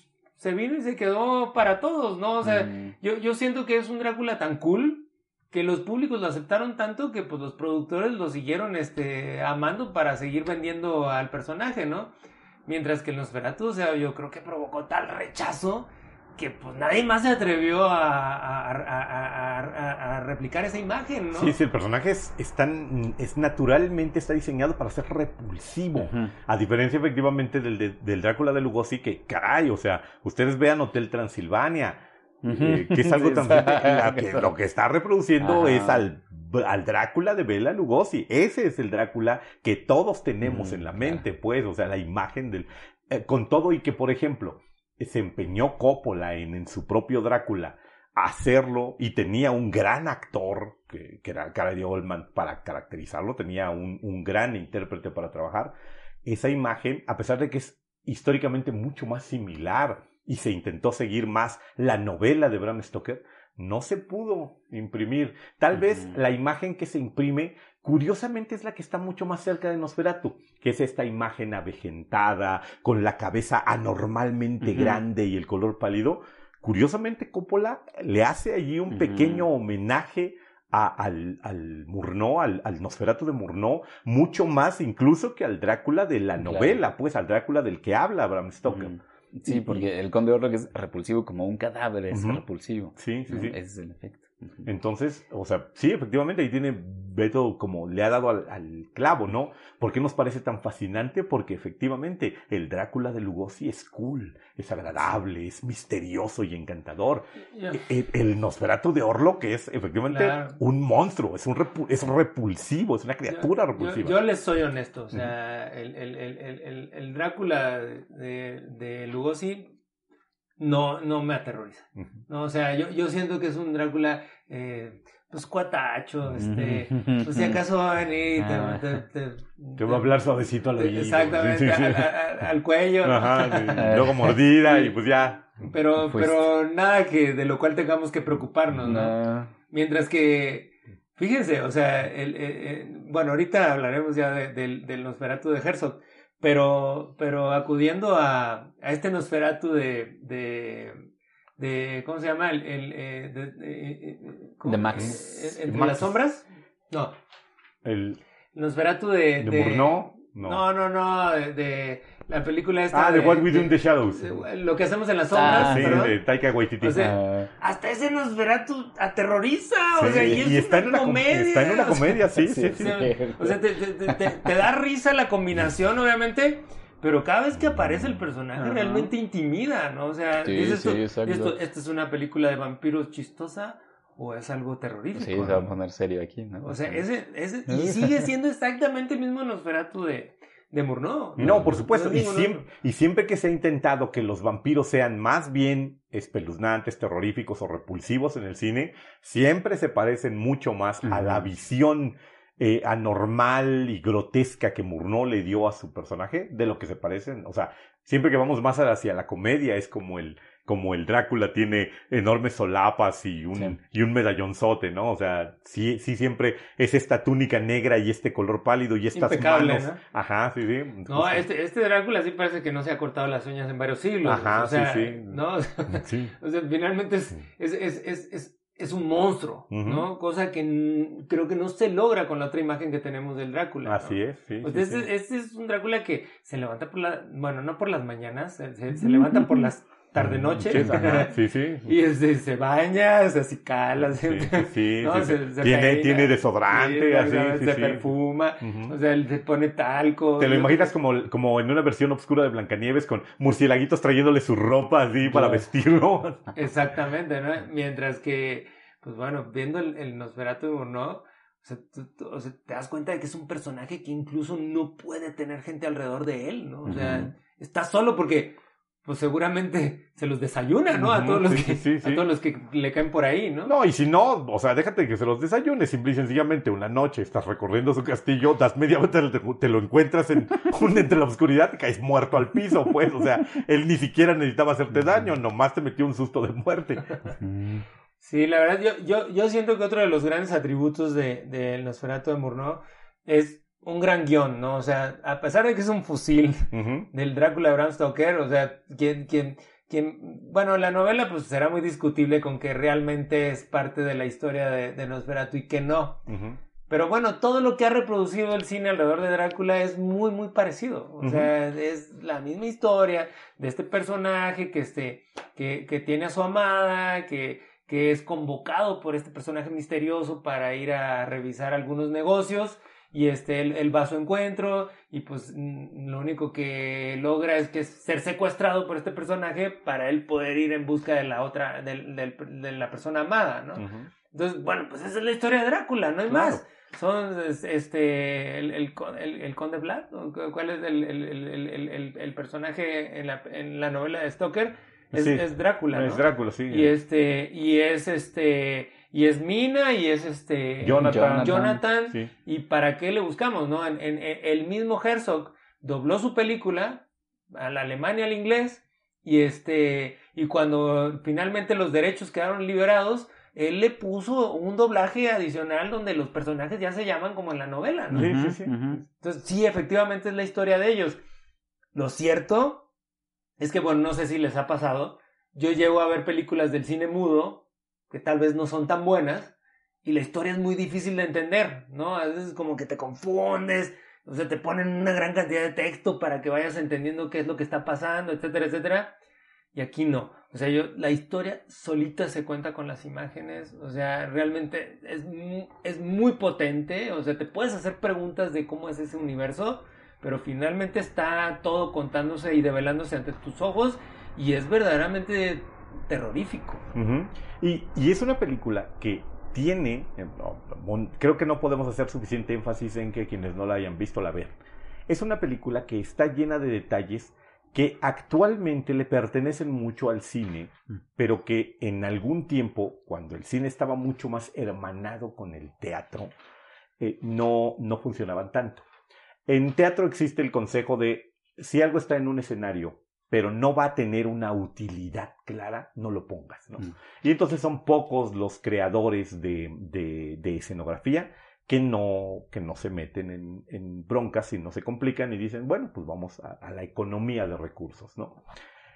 se vino y se quedó para todos, ¿no? O sea, Mm. yo, yo siento que es un Drácula tan cool que los públicos lo aceptaron tanto que pues los productores lo siguieron este, amando para seguir vendiendo al personaje, ¿no? Mientras que el Nosferatu, o sea, yo creo que provocó tal rechazo que pues nadie más se atrevió a, a, a, a, a, a replicar esa imagen, ¿no? Sí, sí, el personaje es, es tan, es naturalmente está diseñado para ser repulsivo. Ujú. A diferencia efectivamente del, de- del Drácula de Lugosi, que caray, o sea, ustedes vean Hotel Transilvania, eh, que es algo Sí, tan exacto. la que lo que está reproduciendo Ajá. es al, al Drácula de Bela Lugosi. Ese es el Drácula que todos tenemos Mm, en la claro. mente, pues, o sea, la imagen del eh, con todo y que, por ejemplo, se empeñó Coppola en, en su propio Drácula a hacerlo y tenía un gran actor que, que era Gary Oldman para caracterizarlo, tenía un, un gran intérprete para trabajar. Esa imagen, a pesar de que es históricamente mucho más similar y se intentó seguir más la novela de Bram Stoker, no se pudo imprimir. Tal vez Ujú. la imagen que se imprime, curiosamente, es la que está mucho más cerca de Nosferatu, que es esta imagen avejentada, con la cabeza anormalmente Ujú. grande y el color pálido. Curiosamente, Coppola le hace allí un Ujú. pequeño homenaje a- al, al Murnau, al, al Nosferatu de Murnau, mucho más incluso que al Drácula de la Claro. novela, pues al Drácula del que habla Bram Stoker. Ujú. Sí, porque el Conde Orlok es repulsivo como un cadáver, es Ujú. repulsivo. Sí, sí, ¿no? sí. Ese es el efecto. Ujú. Entonces, o sea, sí, efectivamente, ahí tiene Beto como le ha dado al, al clavo, ¿no? ¿Por qué nos parece tan fascinante? Porque efectivamente el Drácula de Lugosi es cool, es agradable, es misterioso y encantador. Yo- El, el Nosferatu de Orlok es efectivamente Claro. un monstruo, es, un repu- es repulsivo, es una criatura Yo- repulsiva. Yo, yo les soy honesto, o sea, el, el, el, el, el- el Drácula de, de Lugosi no, no me aterroriza. Ujú. No, o sea, yo, yo siento que es un Drácula, eh, pues cuatacho, este, pues si acaso va a venir y te, Ah. te, te- Te va a hablar suavecito al te- oído. exactamente, Sí, sí, sí. Al, al- al cuello, ¿no? Ajá, sí. Luego mordida y pues ya. Pero, Fuiste. pero nada que de lo cual tengamos que preocuparnos, ¿no? No. Mientras que, fíjense, o sea, el, el- el- bueno, ahorita hablaremos ya de- del, del Nosferatu de Herzog, pero, pero acudiendo a, a este Nosferatu de, de, de, ¿cómo se llama? El, el, eh, de, de- eh, ¿cómo? De Max. Eh, ¿Entre Max. las sombras? No, El el Nosferatu de... de Murnau, no. No, no, no, de, de la película esta Ah, de What We Do in the Shadows. de- Lo que hacemos en las sombras, Ah, Sí, perdón. de Taika Waititi. O sea, Ah, hasta ese Nosferatu aterroriza, o Sí, sea, y, es y está una en una com- comedia. está en una o sea, comedia, sí, sí, sí, sí. o sea, o sea, te, te- te- te- te da risa la combinación, obviamente, pero cada vez que aparece el personaje Ajá. realmente intimida, ¿no? O sea, Sí, dices sí, tú, exacto. esto, ¿esta es una película de vampiros chistosa o es algo terrorífico? sí, ¿no? se va a poner serio aquí, ¿no? O sea, ese, ese, y sigue siendo exactamente el mismo Nosferatu de, de Murnau. No, por supuesto. No Y es ninguno siempre, otro. y siempre que se ha intentado que los vampiros sean más bien espeluznantes, terroríficos o repulsivos en el cine, siempre se parecen mucho más a la Ujú. visión eh, anormal y grotesca que Murnau le dio a su personaje de lo que se parecen. O sea, siempre que vamos más hacia la comedia es como el como el Drácula tiene enormes solapas y un, Sí. y un medallonzote, ¿no? O sea, sí, sí siempre es esta túnica negra y este color pálido y estas Impecable, manos. ¿no? Ajá, sí, sí. No, Justo. este, este Drácula sí parece que no se ha cortado las uñas en varios siglos. Ajá, o sea, sí, sí. ¿no? Sí. O sea, finalmente es, es, es, es, es, es un monstruo, Ujú. ¿no? Cosa que n- creo que no se logra con la otra imagen que tenemos del Drácula. ¿no? Así es, sí. Pues sí, este, sí. este es un Drácula que se levanta por la... Bueno, no por las mañanas, se, se, se levanta por las tarde-noche. Sí, ajá, sí, sí. Y este, se baña, se acicala, Sí, se, sí, sí, ¿no? sí, se- sí. se Tiene, peina. tiene desodorante, Sí, así, exactamente, sí, se sí. perfuma, Ujú. o sea, él se pone talco. Te lo ¿no? imaginas como, como en una versión oscura de Blancanieves con murcielaguitos trayéndole su ropa así para Claro. vestirlo. Exactamente, ¿no? Mientras que, pues bueno, viendo el, el Nosferatu de Murnau, o sea, tú- tú- o sea, te das cuenta de que es un personaje que incluso no puede tener gente alrededor de él, ¿no? O sea, Ujú. está solo porque, pues seguramente se los desayuna, ¿no? A Ujú, todos los sí, que, sí, sí, a sí. todos los que le caen por ahí, ¿no? No, y si no, o sea, déjate que se los desayunes, simple y sencillamente una noche estás recorriendo su castillo, das media vuelta, te, te lo encuentras en un, entre la oscuridad, te caes muerto al piso, pues, o sea, él ni siquiera necesitaba hacerte daño, nomás te metió un susto de muerte. Sí, la verdad, yo, yo, yo siento que otro de los grandes atributos de, del Nosferatu de Murnau es un gran guión, ¿no? O sea, a pesar de que es un fusil Ujú. del Drácula de Bram Stoker, o sea, quien, quien, quien quien, bueno, la novela pues será muy discutible con que realmente es parte de la historia de, de Nosferatu y que no. Uh-huh. Pero bueno, todo lo que ha reproducido el cine alrededor de Drácula es muy, muy parecido. O uh-huh. sea, es la misma historia de este personaje que, este, que, que tiene a su amada, que, que es convocado por este personaje misterioso para ir a revisar algunos negocios. Y este, él, él va a su encuentro y pues lo único que logra es que es ser secuestrado por este personaje para él poder ir en busca de la otra, de, de, de la persona amada, ¿no? Uh-huh. Entonces, bueno, pues esa es la historia de Drácula, no hay claro. más. Son este el, el, el, el Conde Vlad, ¿cuál es el, el, el, el, el personaje en la, en la novela de Stoker? Es, sí. es Drácula, ¿no? Es Drácula, sí. Y este, y es este... Y es Mina y es este Jonathan, Jonathan sí. ¿Y para qué le buscamos? ¿No? En, en, en, el mismo Herzog dobló su película al alemán y al inglés y este y cuando finalmente los derechos quedaron liberados, él le puso un doblaje adicional donde los personajes ya se llaman como en la novela, ¿no? Sí, sí, sí. Uh-huh. Entonces sí, efectivamente es la historia de ellos. Lo cierto es que, bueno, no sé si les ha pasado, yo llego a ver películas del cine mudo que tal vez no son tan buenas, y la historia es muy difícil de entender, ¿no? A veces como que te confundes, o sea, te ponen una gran cantidad de texto para que vayas entendiendo qué es lo que está pasando, etcétera, etcétera, y aquí no. O sea, yo, la historia solita se cuenta con las imágenes, o sea, realmente es muy, es muy potente, o sea, te puedes hacer preguntas de cómo es ese universo, pero finalmente está todo contándose y develándose ante tus ojos, y es verdaderamente terrorífico. Uh-huh. Y, y es una película que tiene, no, creo que no podemos hacer suficiente énfasis en que quienes no la hayan visto la vean. Es una película que está llena de detalles que actualmente le pertenecen mucho al cine, pero que en algún tiempo, cuando el cine estaba mucho más hermanado con el teatro, eh, no, no funcionaban tanto. En teatro existe el consejo de, si algo está en un escenario, pero no va a tener una utilidad clara, no lo pongas, ¿no? Mm. Y entonces son pocos los creadores de, de, de escenografía que no, que no se meten en, en broncas y no se complican y dicen, bueno, pues vamos a, a la economía de recursos, ¿no?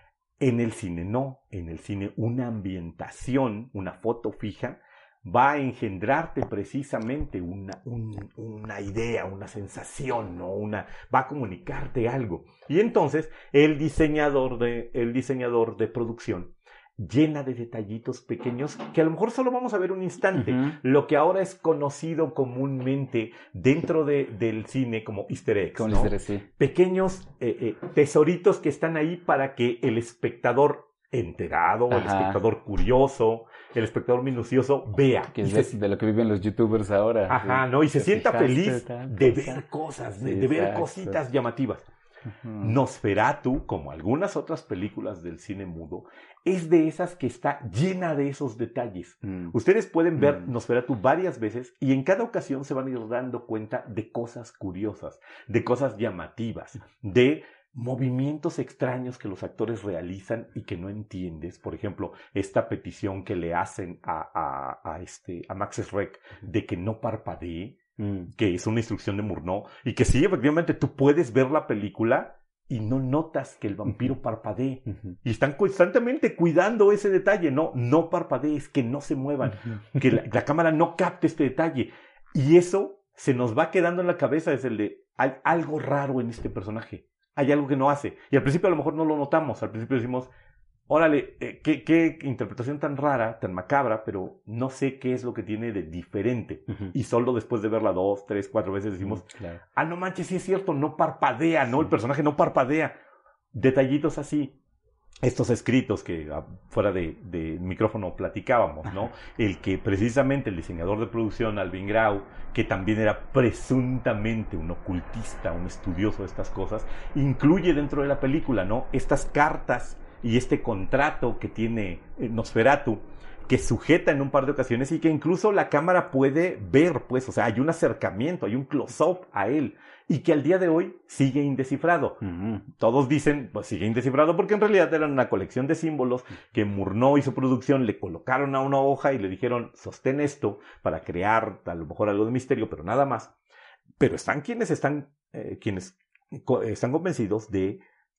En el cine no, en el cine una ambientación, una foto fija, va a engendrarte precisamente una, un, una idea, una sensación, ¿no? Una, va a comunicarte algo. Y entonces el diseñador de, el diseñador de producción llena de detallitos pequeños que a lo mejor solo vamos a ver un instante. Uh-huh. Lo que ahora es conocido comúnmente dentro de, del cine como easter eggs, ¿no? Easter eggs, sí. Pequeños eh, eh, tesoritos que están ahí para que el espectador enterado, Ajá. el espectador curioso, el espectador minucioso vea. Que es de, se... de lo que viven los youtubers ahora. Ajá, ¿no? Y se sienta feliz de ver cosas, de, de ver cositas llamativas. Uh-huh. Nosferatu, como algunas otras películas del cine mudo, es de esas que está llena de esos detalles. Mm. Ustedes pueden ver mm. Nosferatu varias veces y en cada ocasión se van a ir dando cuenta de cosas curiosas, de cosas llamativas, de movimientos extraños que los actores realizan y que no entiendes. Por ejemplo, esta petición que le hacen a, a, a, este, a Max Schreck de que no parpadee, mm. que es una instrucción de Murnau, y que sí, efectivamente, tú puedes ver la película y no notas que el vampiro uh-huh. parpadee. Uh-huh. Y están constantemente cuidando ese detalle. No, no parpadees, que no se muevan, uh-huh. que la, la cámara no capte este detalle. Y eso se nos va quedando en la cabeza, es el de, hay algo raro en este personaje. Hay algo que no hace. Y al principio a lo mejor no lo notamos. Al principio decimos, órale, eh, qué, qué interpretación tan rara, tan macabra, pero no sé qué es lo que tiene de diferente. Uh-huh. Y solo después de verla dos, tres, cuatro veces decimos, uh-huh, claro. ah, no manches, sí es cierto, no parpadea, ¿no? Sí. El personaje no parpadea. Detallitos así. Estos escritos que fuera de, de micrófono platicábamos, ¿no? El que precisamente el diseñador de producción, Alvin Grau, que también era presuntamente un ocultista, un estudioso de estas cosas, incluye dentro de la película, ¿no? Estas cartas y este contrato que tiene Nosferatu, que sujeta en un par de ocasiones y que incluso la cámara puede ver, pues, o sea, hay un acercamiento, hay un close-up a él, y que al día de hoy sigue indescifrado. Uh-huh. Todos dicen, pues sigue indescifrado, porque en realidad eran una colección de símbolos que Murnau y su producción le colocaron a una hoja y le dijeron, sostén esto para crear a lo mejor algo de misterio, pero nada más. Pero están quienes están, eh, quienes co- están convencidos de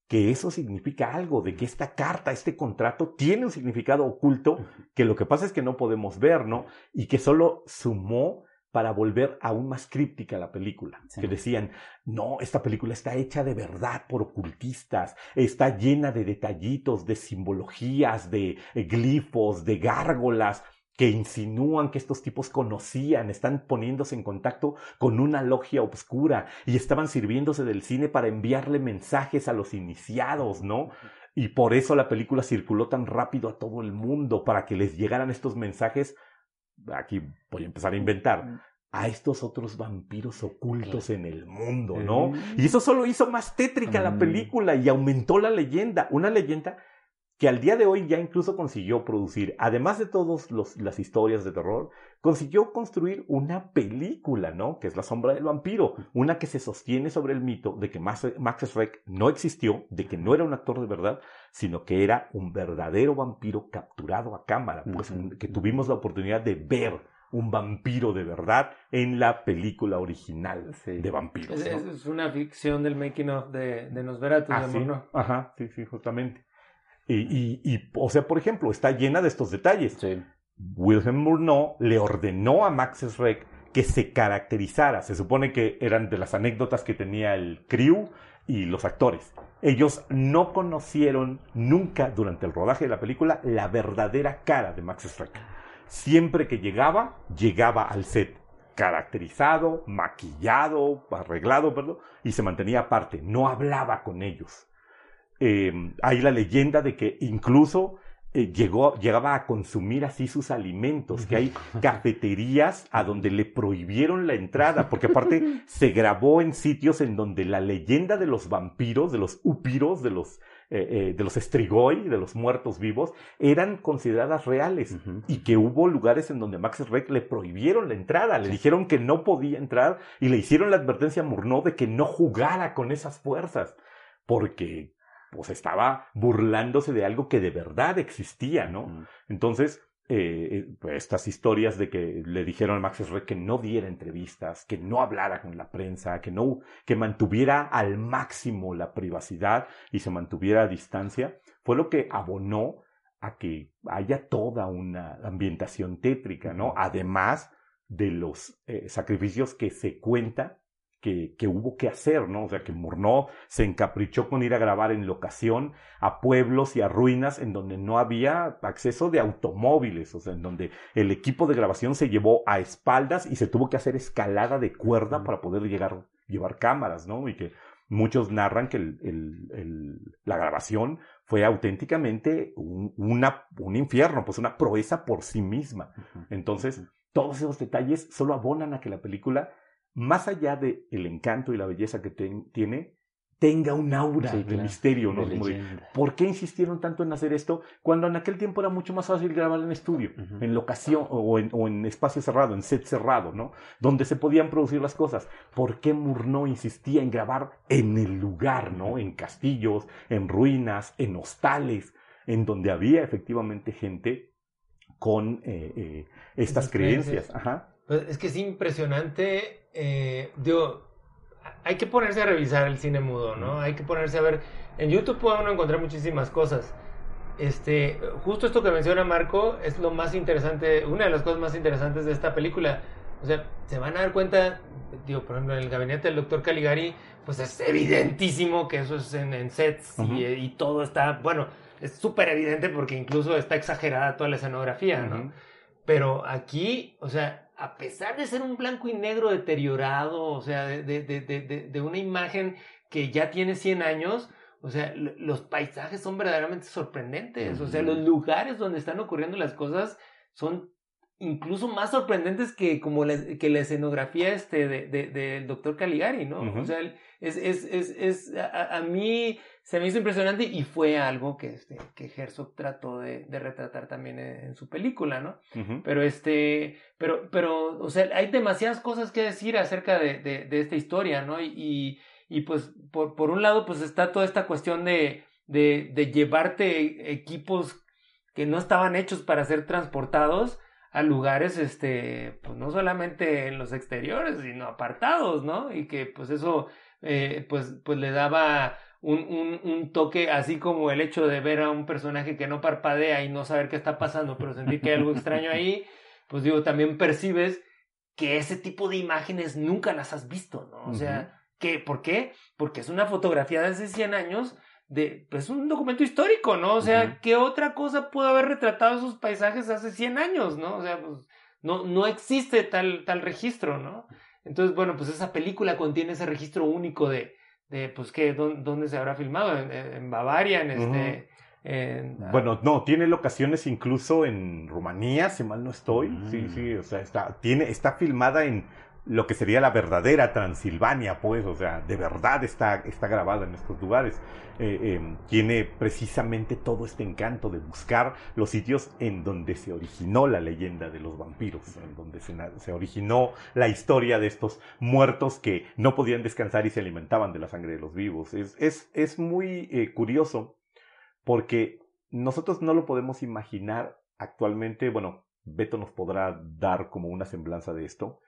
que eso significa algo, de que esta carta, este contrato tiene un significado oculto que lo que pasa es que no podemos ver, ¿no? Y que solo sumó para volver aún más críptica la película. Sí. Que decían, no, esta película está hecha de verdad por ocultistas, está llena de detallitos, de simbologías, de glifos, de gárgolas, que insinúan que estos tipos conocían, están poniéndose en contacto con una logia oscura y estaban sirviéndose del cine para enviarle mensajes a los iniciados, ¿no? Y por eso la película circuló tan rápido a todo el mundo, para que les llegaran estos mensajes, aquí voy a empezar a inventar, a estos otros vampiros ocultos en el mundo, ¿no? Y eso solo hizo más tétrica la película y aumentó la leyenda, una leyenda que al día de hoy ya incluso consiguió producir, además de todas las historias de terror, consiguió construir una película, ¿no? Que es La sombra del vampiro, una que se sostiene sobre el mito de que Max, Max Schreck no existió, de que no era un actor de verdad, sino que era un verdadero vampiro capturado a cámara, pues uh-huh. que tuvimos la oportunidad de ver un vampiro de verdad en la película original sí. de vampiros, es, ¿no? es una ficción del making of de, de Nosferatu, ah, de sí. Murnau. Ajá, sí, sí, justamente. Y, y, y, o sea, por ejemplo, está llena de estos detalles. Sí. Wilhelm Murnau le ordenó a Max Schreck que se caracterizara. Se supone que eran de las anécdotas que tenía el crew y los actores. Ellos no conocieron nunca durante el rodaje de la película la verdadera cara de Max Schreck. Siempre que llegaba, llegaba al set caracterizado, maquillado, arreglado, perdón, y se mantenía aparte. No hablaba con ellos. Eh, hay la leyenda de que incluso eh, llegó, llegaba a consumir así sus alimentos, que hay cafeterías a donde le prohibieron la entrada, porque aparte se grabó en sitios en donde la leyenda de los vampiros, de los upiros, de los, eh, eh, de los strigoi, de los muertos vivos, eran consideradas reales, uh-huh. y que hubo lugares en donde Max Schreck le prohibieron la entrada, le dijeron que no podía entrar y le hicieron la advertencia a Murnau de que no jugara con esas fuerzas, porque pues estaba burlándose de algo que de verdad existía, ¿no? Mm. Entonces, eh, estas historias de que le dijeron a Max Schreck que no diera entrevistas, que no hablara con la prensa, que no, que mantuviera al máximo la privacidad y se mantuviera a distancia, fue lo que abonó a que haya toda una ambientación tétrica, ¿no? Además de los eh, sacrificios que se cuenta Que, que hubo que hacer, ¿no? O sea, que Murnau se encaprichó con ir a grabar en locación a pueblos y a ruinas en donde no había acceso de automóviles, o sea, en donde el equipo de grabación se llevó a espaldas y se tuvo que hacer escalada de cuerda para poder llegar, llevar cámaras, ¿no? Y que muchos narran que el, el, el, la grabación fue auténticamente un, una, un infierno, pues una proeza por sí misma. Entonces, todos esos detalles solo abonan a que la película, más allá del encanto y la belleza que ten, tiene, tenga un aura sí, de claro, misterio, ¿no? De de, ¿por qué insistieron tanto en hacer esto cuando en aquel tiempo era mucho más fácil grabar en estudio, uh-huh. en locación o en, o en espacio cerrado, en set cerrado, ¿no? Donde se podían producir las cosas. ¿Por qué Murnau insistía en grabar en el lugar, ¿no? En castillos, en ruinas, en hostales, en donde había efectivamente gente con eh, eh, estas Esas creencias? creencias. Ajá. Pues es que es impresionante. Eh, digo, hay que ponerse a revisar el cine mudo, ¿no? Hay que ponerse a ver. En YouTube puede uno encontrar muchísimas cosas. Este, justo esto que menciona Marco es lo más interesante, una de las cosas más interesantes de esta película. O sea, se van a dar cuenta, digo, por ejemplo, en el gabinete del doctor Caligari, pues es evidentísimo que eso es en, en sets, uh-huh. y, y todo está, bueno, es súper evidente porque incluso está exagerada toda la escenografía, ¿no? Uh-huh. Pero aquí, o sea, a pesar de ser un blanco y negro deteriorado, o sea, de, de, de, de, de una imagen que ya tiene cien años, o sea, l- los paisajes son verdaderamente sorprendentes. Uh-huh. O sea, los lugares donde están ocurriendo las cosas son incluso más sorprendentes que como la, que la escenografía este de, de, del doctor Caligari, ¿no? Uh-huh. O sea, es, es, es, es a, a mí se me hizo impresionante y fue algo que, este, que Herzog trató de, de retratar también en, en su película, ¿no? Uh-huh. Pero este, pero, pero, o sea, hay demasiadas cosas que decir acerca de, de, de esta historia, ¿no? Y, y, y pues, por, por un lado, pues está toda esta cuestión de, de, de llevarte equipos que no estaban hechos para ser transportados a lugares, este, pues no solamente en los exteriores, sino apartados, ¿no? Y que pues eso, eh, pues, pues le daba un, un, un toque, así como el hecho de ver a un personaje que no parpadea y no saber qué está pasando, pero sentir que hay algo extraño ahí, pues digo, también percibes que ese tipo de imágenes nunca las has visto, ¿no? O sea, uh-huh. ¿qué? ¿Por qué? Porque es una fotografía de hace cien años, de, pues un documento histórico, ¿no? O sea, uh-huh. ¿qué otra cosa pudo haber retratado esos paisajes hace cien años, ¿no? O sea, pues no, no existe tal, tal registro, ¿no? Entonces, bueno, pues esa película contiene ese registro único de, de pues, ¿qué? ¿Dónde, dónde se habrá filmado? En, en Bavaria, en este... Uh-huh. En, bueno, no, tiene locaciones incluso en Rumanía, si mal no estoy. Mm. Sí, sí, o sea, está, tiene, está filmada en lo que sería la verdadera Transilvania, pues, o sea, de verdad está, está grabada en estos lugares. Eh, eh, tiene precisamente todo este encanto de buscar los sitios en donde se originó la leyenda de los vampiros, en donde se, se originó la historia de estos muertos que no podían descansar y se alimentaban de la sangre de los vivos. Es, es, es muy eh, curioso. Porque nosotros no lo podemos imaginar actualmente. Bueno, Beto nos podrá dar como una semblanza de esto.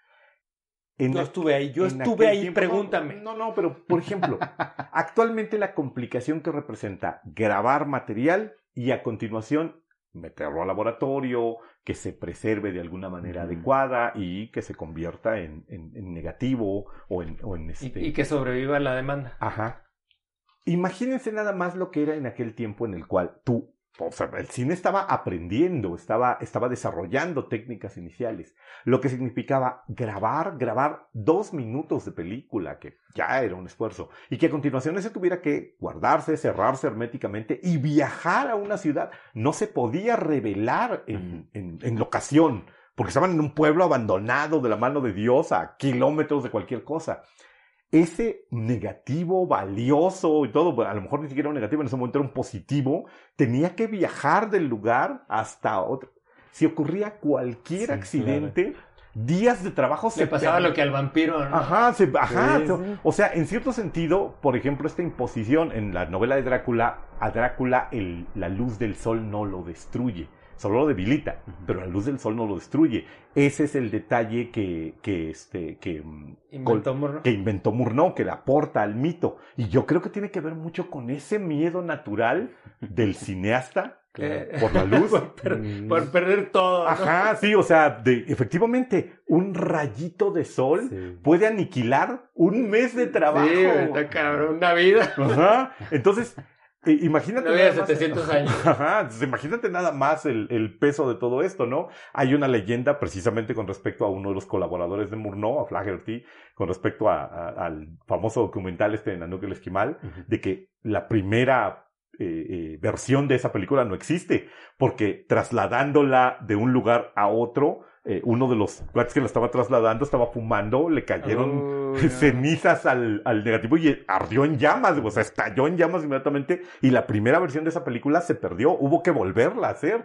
En yo estuve ahí, yo estuve ahí, tiempo, pregúntame. No, no, pero por ejemplo, actualmente la complicación que representa grabar material y a continuación meterlo al laboratorio, que se preserve de alguna manera mm. adecuada y que se convierta en, en, en negativo o en, o en este... Y, y que sobreviva la demanda. Ajá. Imagínense nada más lo que era en aquel tiempo en el cual tú, o sea, el cine estaba aprendiendo, estaba, estaba desarrollando técnicas iniciales, lo que significaba grabar, grabar dos minutos de película, que ya era un esfuerzo, y que a continuación ese tuviera que guardarse, cerrarse herméticamente y viajar a una ciudad. No se podía revelar en, en, en locación, porque estaban en un pueblo abandonado de la mano de Dios a kilómetros de cualquier cosa. Ese negativo valioso y todo, a lo mejor ni siquiera un negativo, en ese momento era un positivo, tenía que viajar del lugar hasta otro. Si ocurría cualquier sí, accidente, claro. días de trabajo se... Le pasaba per... lo que al vampiro, ¿no? Ajá, se, ajá. Sí, sí. O sea, en cierto sentido, por ejemplo, esta imposición en la novela de Drácula, a Drácula el, la luz del sol no lo destruye. Solo lo debilita, uh-huh. pero la luz del sol no lo destruye. Ese es el detalle que, que, este, que, inventó Murnau. que inventó Murnau, que le aporta al mito. Y yo creo que tiene que ver mucho con ese miedo natural del cineasta eh, por la luz. por, per, por perder todo. Ajá, ¿no? Sí, o sea, de, efectivamente, un rayito de sol sí. puede aniquilar un mes de trabajo. Sí, está cabrón, una vida. Ajá, entonces... Eh, imagínate no había setecientos más, años. Ajá, imagínate nada más el, el peso de todo esto, ¿no? Hay una leyenda precisamente con respecto a uno de los colaboradores de Murnau, a Flaherty, con respecto a, a, al famoso documental este de Nanook el Esquimal, uh-huh. de que la primera eh, eh, versión de esa película no existe, porque trasladándola de un lugar a otro, eh, uno de los cuates que la estaba trasladando estaba fumando, le cayeron oh, cenizas al, al negativo y ardió en llamas, o sea, estalló en llamas inmediatamente, y la primera versión de esa película se perdió, hubo que volverla a hacer.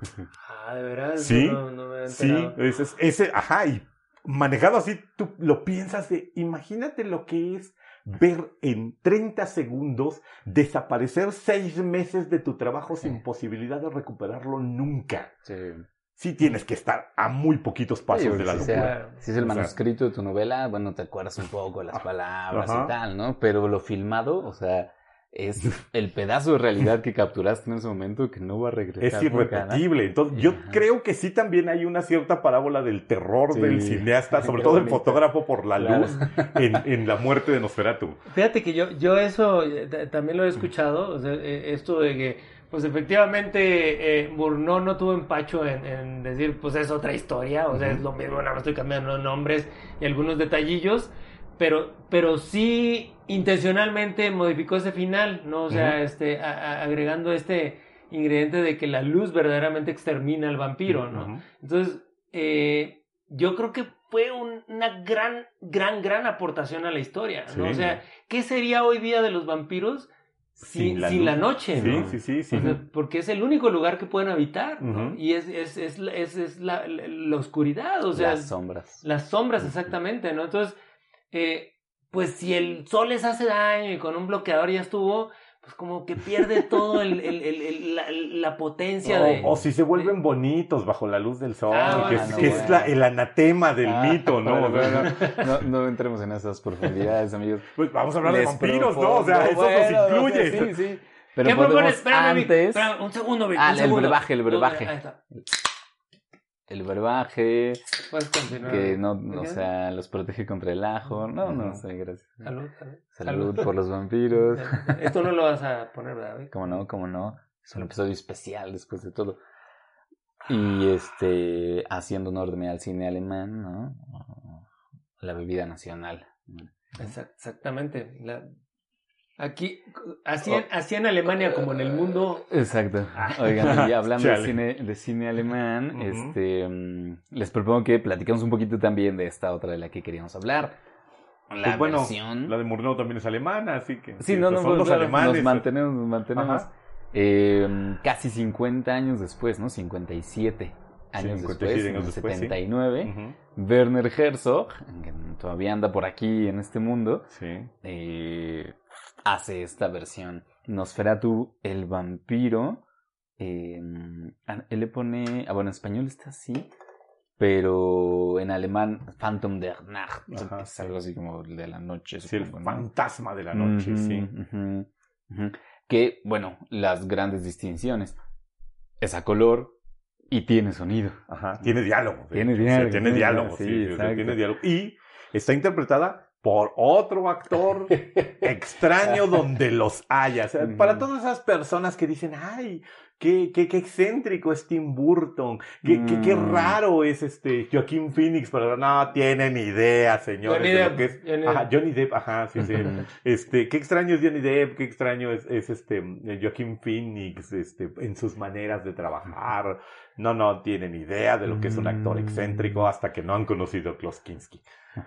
Ah, ¿de verdad? Sí, no, no me he sí, ese, ese, ajá, y manejado así, tú lo piensas de, imagínate lo que es ver en treinta segundos desaparecer seis meses de tu trabajo sí. sin posibilidad de recuperarlo nunca. Sí. Sí tienes que estar a muy poquitos pasos sí, de la si locura. Sea, si es el manuscrito de tu novela, bueno, te acuerdas un poco de las palabras Ajá. y tal, ¿no? Pero lo filmado, o sea, es el pedazo de realidad que capturaste en ese momento que no va a regresar. Es irrepetible. Entonces, yo Ajá. creo que sí también hay una cierta parábola del terror sí. del cineasta, sobre todo el fotógrafo por la claro. luz, en, en la muerte de Nosferatu. Fíjate que yo, yo eso también lo he escuchado, o sea, esto de que pues efectivamente eh, Murnau no tuvo empacho en, en decir, pues es otra historia, o sea, uh-huh. es lo mismo, nada más estoy cambiando nombres y algunos detallillos, pero, pero sí intencionalmente modificó ese final, ¿no? O sea, uh-huh. este, a, a, agregando este ingrediente de que la luz verdaderamente extermina al vampiro, ¿no? Uh-huh. Entonces, eh, yo creo que fue un, una gran, gran, gran aportación a la historia, ¿no? Sí. O sea, ¿qué sería hoy día de los vampiros Sin, sin, la, sin la noche, ¿no? Sí, sí, sí. O sea, porque es el único lugar que pueden habitar, ¿no? Uh-huh. Y es, es, es, es, es la, la oscuridad, o sea... Las sombras. Las sombras, exactamente, ¿no? Entonces, eh, pues si el sol les hace daño y con un bloqueador ya estuvo, pues como que pierde todo el, el, el, el- la, la potencia O, de... o si se vuelven bonitos bajo la luz del sol, Ah, que, bueno, es, no, que bueno. es la- el anatema del Ah, mito, ¿no? bueno, no, no, no entremos en esas profundidades, amigos. Pues vamos a hablar de Les vampiros, ¿no? O sea, propongo- eso bueno, nos o incluye. sea, sí, sí. Pero ¿Qué podemos propones? Espérame, Vic, antes... espérame, un segundo, Vic, Ah, un el segundo. brebaje, el brebaje. Ahí está. El brebaje, Puedes continuar. que no, o ¿Ok? sea, los protege contra el ajo. No, no sé, gracias. Salud, salud. Salud por los vampiros. Esto no lo vas a poner, ¿verdad, Vic? Cómo no, cómo no. Es un episodio especial después de todo. Y este, haciendo honor también al cine alemán, ¿no? La bebida nacional. Exact- Exactamente. La... Aquí, así en, así en Alemania como en el mundo. Exacto. Oigan, y hablando de Chale. cine, de cine alemán, Ujú. este, mm, les propongo que platicamos un poquito también de esta otra de la que queríamos hablar. La Pues bueno, versión... la de Murnau también es alemana, así que... Sí, no, no, son pues, los claro, alemanes. nos mantenemos, nos mantenemos. Ajá. Eh, casi cincuenta años después, ¿no? cincuenta y siete años cincuenta y después, siete en años el después, sí. setenta y nueve, Ujú. Werner Herzog, que todavía anda por aquí en este mundo, Sí. eh, hace esta versión. Nosferatu, el vampiro. Eh, ah, él le pone... Ah, bueno, en español está así, pero en alemán, Phantom der Nacht. Ajá, Es sí. algo así como de la noche, Sí, el supongo, ¿no? fantasma de la noche, Ujú, sí. ujú, ujú. Que, bueno, las grandes distinciones. Es a color y tiene sonido. Ajá, tiene diálogo. de Tiene hecho, diálogo, sí, tiene sí, diálogo, sí, sí, sí, sí, exacto. tiene diálogo. Y está interpretada por otro actor extraño donde los haya. O sea, Ujú. para todas esas personas que dicen, ay, qué, qué, qué excéntrico es Tim Burton, qué, qué, qué Mm. raro es este Joaquín Phoenix, pero no tienen idea, señores, Johnny de Depp, lo que es. Johnny Ajá, Depp. Johnny Depp, ajá, sí, sí. Ujú. Este, qué extraño es Johnny Depp, qué extraño es, es este eh, Joaquín Phoenix, este, en sus maneras de trabajar. No, no tienen idea de lo que es un actor Mm. excéntrico hasta que no han conocido a Klaus Kinski.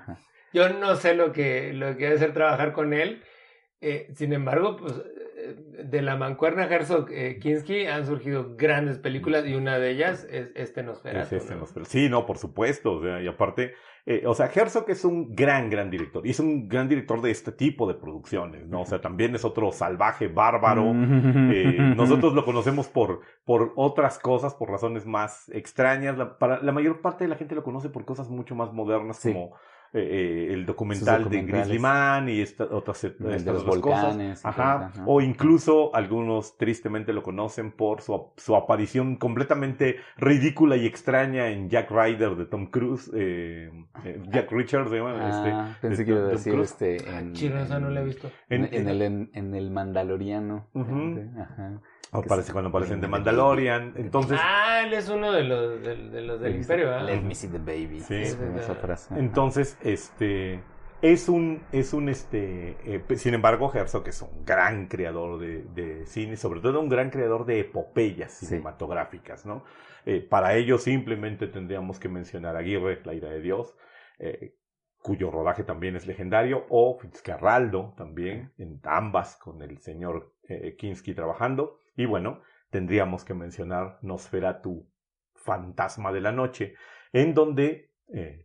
Yo no sé lo que, lo que debe ser trabajar con él. Eh, sin embargo, pues eh, de la mancuerna Herzog-Kinski han surgido grandes películas y una de ellas es este Nosferatu. Es este ¿no? Nosferatu. Sí, no, por supuesto. O sea, y aparte, eh, o sea, Herzog es un gran, gran director. Y es un gran director de este tipo de producciones, ¿no? O sea, también es otro salvaje, bárbaro. Eh, nosotros lo conocemos por, por otras cosas, por razones más extrañas. La, para, la mayor parte de la gente lo conoce por cosas mucho más modernas, Sí. como eh, eh, el documental de documentales. Grizzly Man y esta, otras, El de estas los otras volcanes y cosas. todo, Ajá. ajá. O incluso algunos tristemente lo conocen por su, su aparición completamente ridícula y extraña en Jack Ryder de Tom Cruise. Eh, eh, Jack Richards, se llama. Ah, este, pensé de que iba a Tom decir Cruise. este Ah, en, chino, esa no en- la he visto. en, En- en el en, en el Mandaloriano. Ujú. fíjate, ajá. Aparece Que cuando es- aparecen de The Mandalorian. Baby. Entonces, Ah, él es uno de los, de, de los del Imperio, ¿verdad? Let me see the baby. Sí. Es como esa frase. entonces, este es un, es un, este, eh, sin embargo, Herzog es un gran creador de, de cine, sobre todo un gran creador de epopeyas Sí. cinematográficas, ¿no? Eh, para ello simplemente tendríamos que mencionar a Aguirre, La ira de Dios, eh, cuyo rodaje también es legendario, o Fitzcarraldo también, en ambas con el señor eh, Kinski trabajando, y bueno, tendríamos que mencionar Nosferatu, Fantasma de la Noche, en donde eh,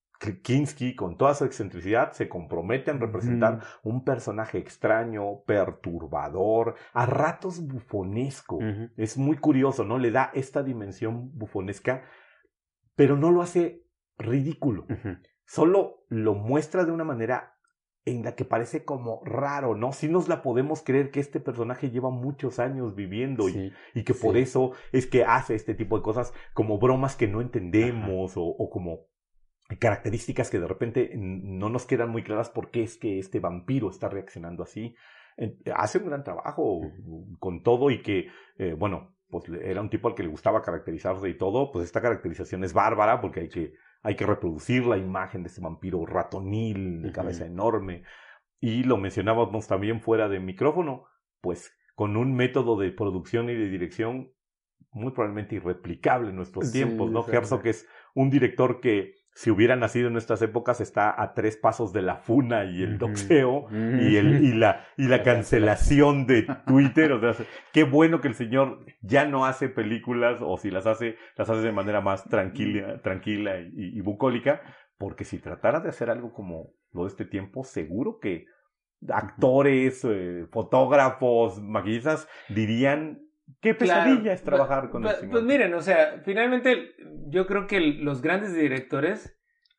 Kinski, con toda su excentricidad, se compromete en representar un personaje extraño, perturbador, a ratos bufonesco. Ujú. Es muy curioso, ¿no? Le da esta dimensión bufonesca, pero no lo hace ridículo. Ujú. Solo lo muestra de una manera en la que parece como raro, ¿no? Sí nos la podemos creer que este personaje lleva muchos años viviendo y, Sí. y que por Sí. eso es que hace este tipo de cosas como bromas que no entendemos o, o como características que de repente no nos quedan muy claras por qué es que este vampiro está reaccionando así. Eh, hace un gran trabajo con todo y que, eh, bueno, pues era un tipo al que le gustaba caracterizarse y todo, pues esta caracterización es bárbara porque hay que, hay que reproducir la imagen de este vampiro ratonil, de Ujú. cabeza enorme. Y lo mencionábamos también fuera de micrófono, pues con un método de producción y de dirección muy probablemente irreplicable en nuestros Sí, tiempos, ¿no? exacto. Herzog es un director que, si hubiera nacido en nuestras épocas, está a tres pasos de la funa y el Ujú. doxeo y, el, y, la, y la cancelación de Twitter. O sea, qué bueno que el señor ya no hace películas, o si las hace, las hace de manera más tranquila, tranquila y, y bucólica, porque si tratara de hacer algo como lo de este tiempo, seguro que actores, eh, fotógrafos, maquillistas, dirían, qué pesadilla Claro, es trabajar pues, con pues, el señor. Pues miren, o sea, finalmente yo creo que los grandes directores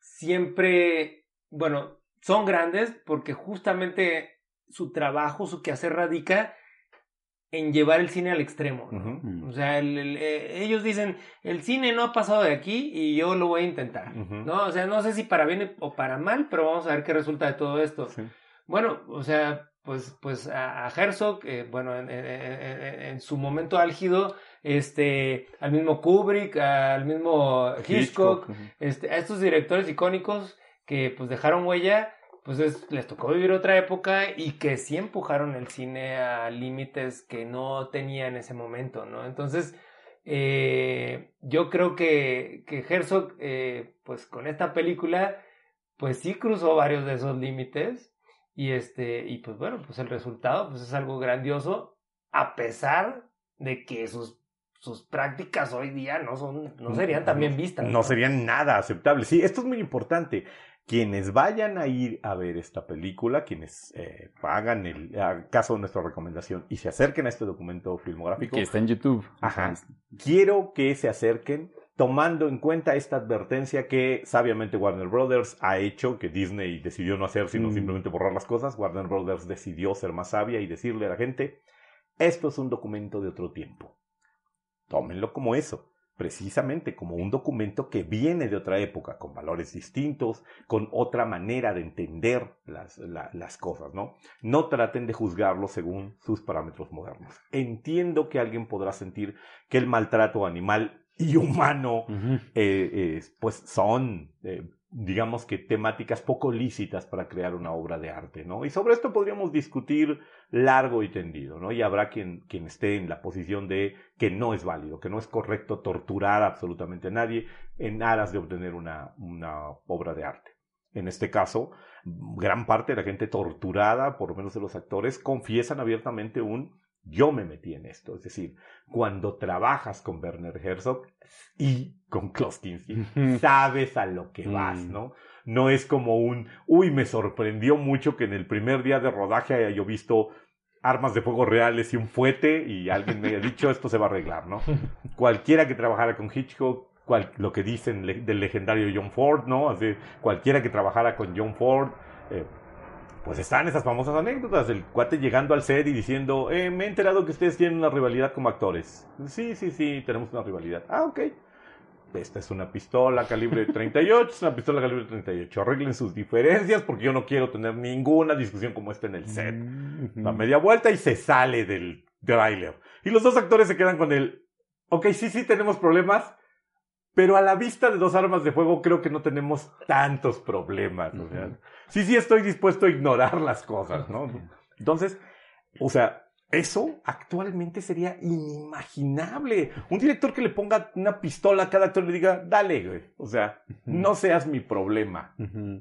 siempre, bueno, son grandes porque justamente su trabajo, su quehacer radica en llevar el cine al extremo, ¿no? Uh-huh. O sea, el, el, eh, ellos dicen, el cine no ha pasado de aquí y yo lo voy a intentar, Uh-huh. ¿no? O sea, no sé si para bien o para mal, pero vamos a ver qué resulta de todo esto. Sí. Bueno, o sea, pues, pues a, a Herzog, eh, bueno, en, en, en, en su momento álgido, este, al mismo Kubrick, al mismo Hitchcock, Hitchcock, uh-huh. este, a estos directores icónicos que pues dejaron huella, pues es, les tocó vivir otra época y que sí empujaron el cine a límites que no tenía en ese momento, ¿no? Entonces, eh, yo creo que, que Herzog, eh, pues con esta película, pues sí cruzó varios de esos límites y este, y pues bueno, pues el resultado pues es algo grandioso, a pesar de que sus sus prácticas hoy día no son, no serían tan bien vistas. No, ¿no? no serían nada aceptables. Sí, esto es muy importante. Quienes vayan a ir a ver esta película, quienes eh, hagan el hagan caso de nuestra recomendación y se acerquen a este documento filmográfico. Que está en YouTube. Ajá. Quiero que se acerquen tomando en cuenta esta advertencia que sabiamente Warner Brothers ha hecho, que Disney decidió no hacer, sino mm. simplemente borrar las cosas. Warner Brothers decidió ser más sabia y decirle a la gente, esto es un documento de otro tiempo. Tómenlo como eso. Precisamente como un documento que viene de otra época, con valores distintos, con otra manera de entender las, la, las cosas, ¿no? No traten de juzgarlo según sus parámetros modernos. Entiendo que alguien podrá sentir que el maltrato animal y humano, uh-huh. eh, eh, pues son, eh, digamos que temáticas poco lícitas para crear una obra de arte, ¿no? Y sobre esto podríamos discutir largo y tendido, ¿no? Y habrá quien, quien esté en la posición de que no es válido, que no es correcto torturar absolutamente a nadie en aras de obtener una, una obra de arte. En este caso, gran parte de la gente torturada, por lo menos de los actores, confiesan abiertamente un yo me metí en esto. Es decir, cuando trabajas con Werner Herzog y con Klaus Kinski, sabes a lo que vas, ¿no? No es como un, uy, me sorprendió mucho que en el primer día de rodaje haya yo visto armas de fuego reales y un fuete y alguien me haya dicho, esto se va a arreglar, ¿no? Cualquiera que trabajara con Hitchcock, cual, lo que dicen le, del legendario John Ford, ¿no? Así, cualquiera que trabajara con John Ford, eh, pues están esas famosas anécdotas, el cuate llegando al set y diciendo, eh, me he enterado que ustedes tienen una rivalidad como actores. Sí, sí, sí, tenemos una rivalidad. Ah, ok. Esta es una pistola calibre treinta y ocho, es una pistola calibre treinta y ocho. Arreglen sus diferencias porque yo no quiero tener ninguna discusión como esta en el set. Mm-hmm. Da media vuelta y se sale del tráiler. Y los dos actores se quedan con el, ok, sí, sí, tenemos problemas, pero a la vista de dos armas de fuego creo que no tenemos tantos problemas. O sea, sí, sí estoy dispuesto a ignorar las cosas, ¿no? Entonces, o sea, eso actualmente sería inimaginable. Un director que le ponga una pistola a cada actor y le diga, dale, güey. O sea, no seas mi problema.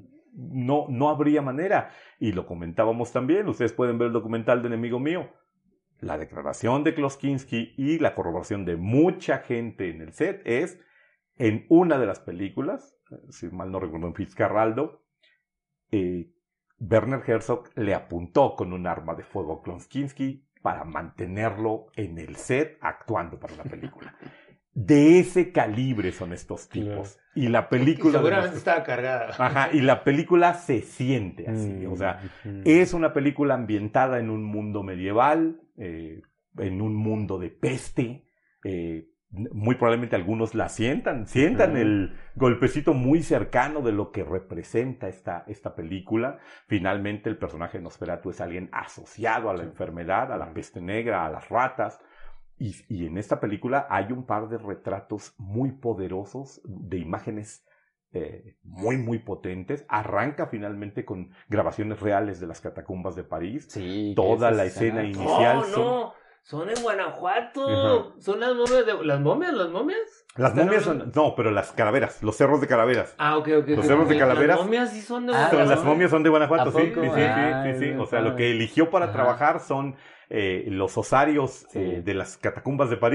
No, no habría manera. Y lo comentábamos también. Ustedes pueden ver el documental de Enemigo Mío. La declaración de Klaus Kinski y la corroboración de mucha gente en el set es, en una de las películas, si mal no recuerdo, en Fitzcarraldo, eh, Werner Herzog le apuntó con un arma de fuego a Klaus Kinski para mantenerlo en el set actuando para la película. De ese calibre son estos tipos. Claro. Y la película... Y seguramente estaba cargada. Ajá, y la película se siente así. Mm, o sea, mm. es una película ambientada en un mundo medieval, eh, en un mundo de peste. Eh, muy probablemente algunos la sientan, sientan uh-huh. el golpecito muy cercano de lo que representa esta, esta película. Finalmente el personaje de Nosferatu es alguien asociado a la enfermedad, a la peste negra, a las ratas. Y, y en esta película hay un par de retratos muy poderosos, de imágenes eh, muy, muy potentes. Arranca finalmente con grabaciones reales de las catacumbas de París. Sí, toda la escena sana. inicial. ¡Oh, son... no! Son en Guanajuato. Uh-huh. Son las momias de... ¿Las momias? ¿Las momias? Las momias son... No, pero las calaveras. Los cerros de calaveras. Ah, ok, ok. Los cerros de calaveras. Las momias sí son de Guanajuato. Ah, las momias son de Guanajuato, sí. Sí, sí, ah, sí, sí, sí. O sea, lo que eligió para Ajá. trabajar son eh, los osarios sí. eh, de las catacumbas de París.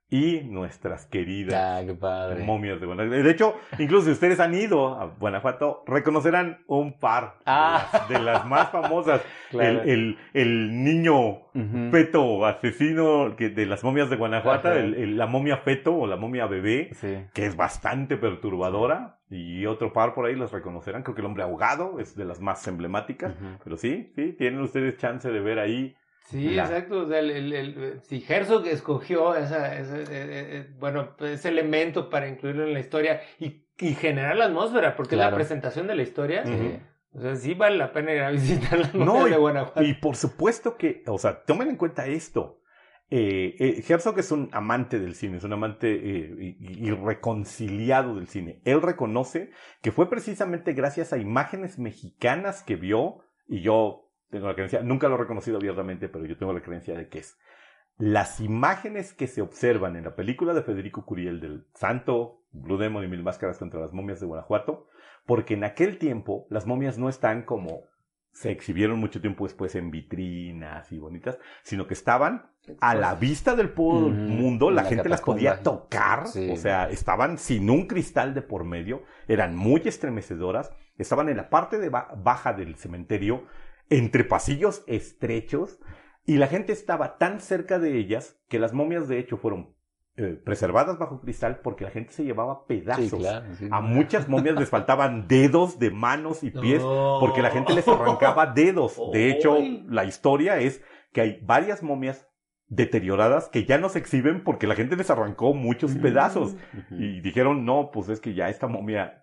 y nuestras queridas Ah, qué padre. momias de Guanajuato. De hecho, incluso si ustedes han ido a Guanajuato, reconocerán un par Ah. de, las, de las más famosas. Claro. el, el, el niño Ujú. feto asesino que, de las momias de Guanajuato, Ajá. el, el- la momia feto o la momia bebé, Sí. que es bastante perturbadora. Y otro par por ahí los reconocerán. Creo que el hombre ahogado es de las más emblemáticas. Ujú. Pero sí, sí, tienen ustedes chance de ver ahí. Sí, La- exacto. O sea, el, el, el- si Herzog escogió esa, ese, eh, eh, bueno, ese elemento para incluirlo en la historia y, y generar la atmósfera, porque es Claro. la presentación de la historia. Ujú. O sea, sí vale la pena ir a visitar las No, momias y- de Guanajuato. Y por supuesto que, o sea, tomen en cuenta esto. Eh, eh, Herzog es un amante del cine, es un amante eh, y- irreconciliado del cine. Él reconoce que fue precisamente gracias a imágenes mexicanas que vio, y yo tengo la creencia, nunca lo he reconocido abiertamente, pero yo tengo la creencia de que es las imágenes que se observan en la película de Federico Curiel del Santo, Blue Demon y Mil Máscaras contra las momias de Guanajuato, porque en aquel tiempo las momias no están como se exhibieron mucho tiempo después en vitrinas y bonitas, sino que estaban a la vista del pueblo Ujú. mundo, En la la gente las catacumba. podía tocar, Sí. o sea, estaban sin un cristal de por medio, eran muy estremecedoras, estaban en la parte de ba- baja del cementerio, entre pasillos estrechos, y la gente estaba tan cerca de ellas que las momias de hecho fueron eh, preservadas bajo cristal porque la gente se llevaba pedazos. Sí, claro. Sí. A muchas momias les faltaban dedos de manos y pies No. porque la gente les arrancaba dedos. De hecho, Uy. la historia es que hay varias momias deterioradas que ya no se exhiben porque la gente les arrancó muchos pedazos. Ujú. Y dijeron, no, pues es que ya esta momia,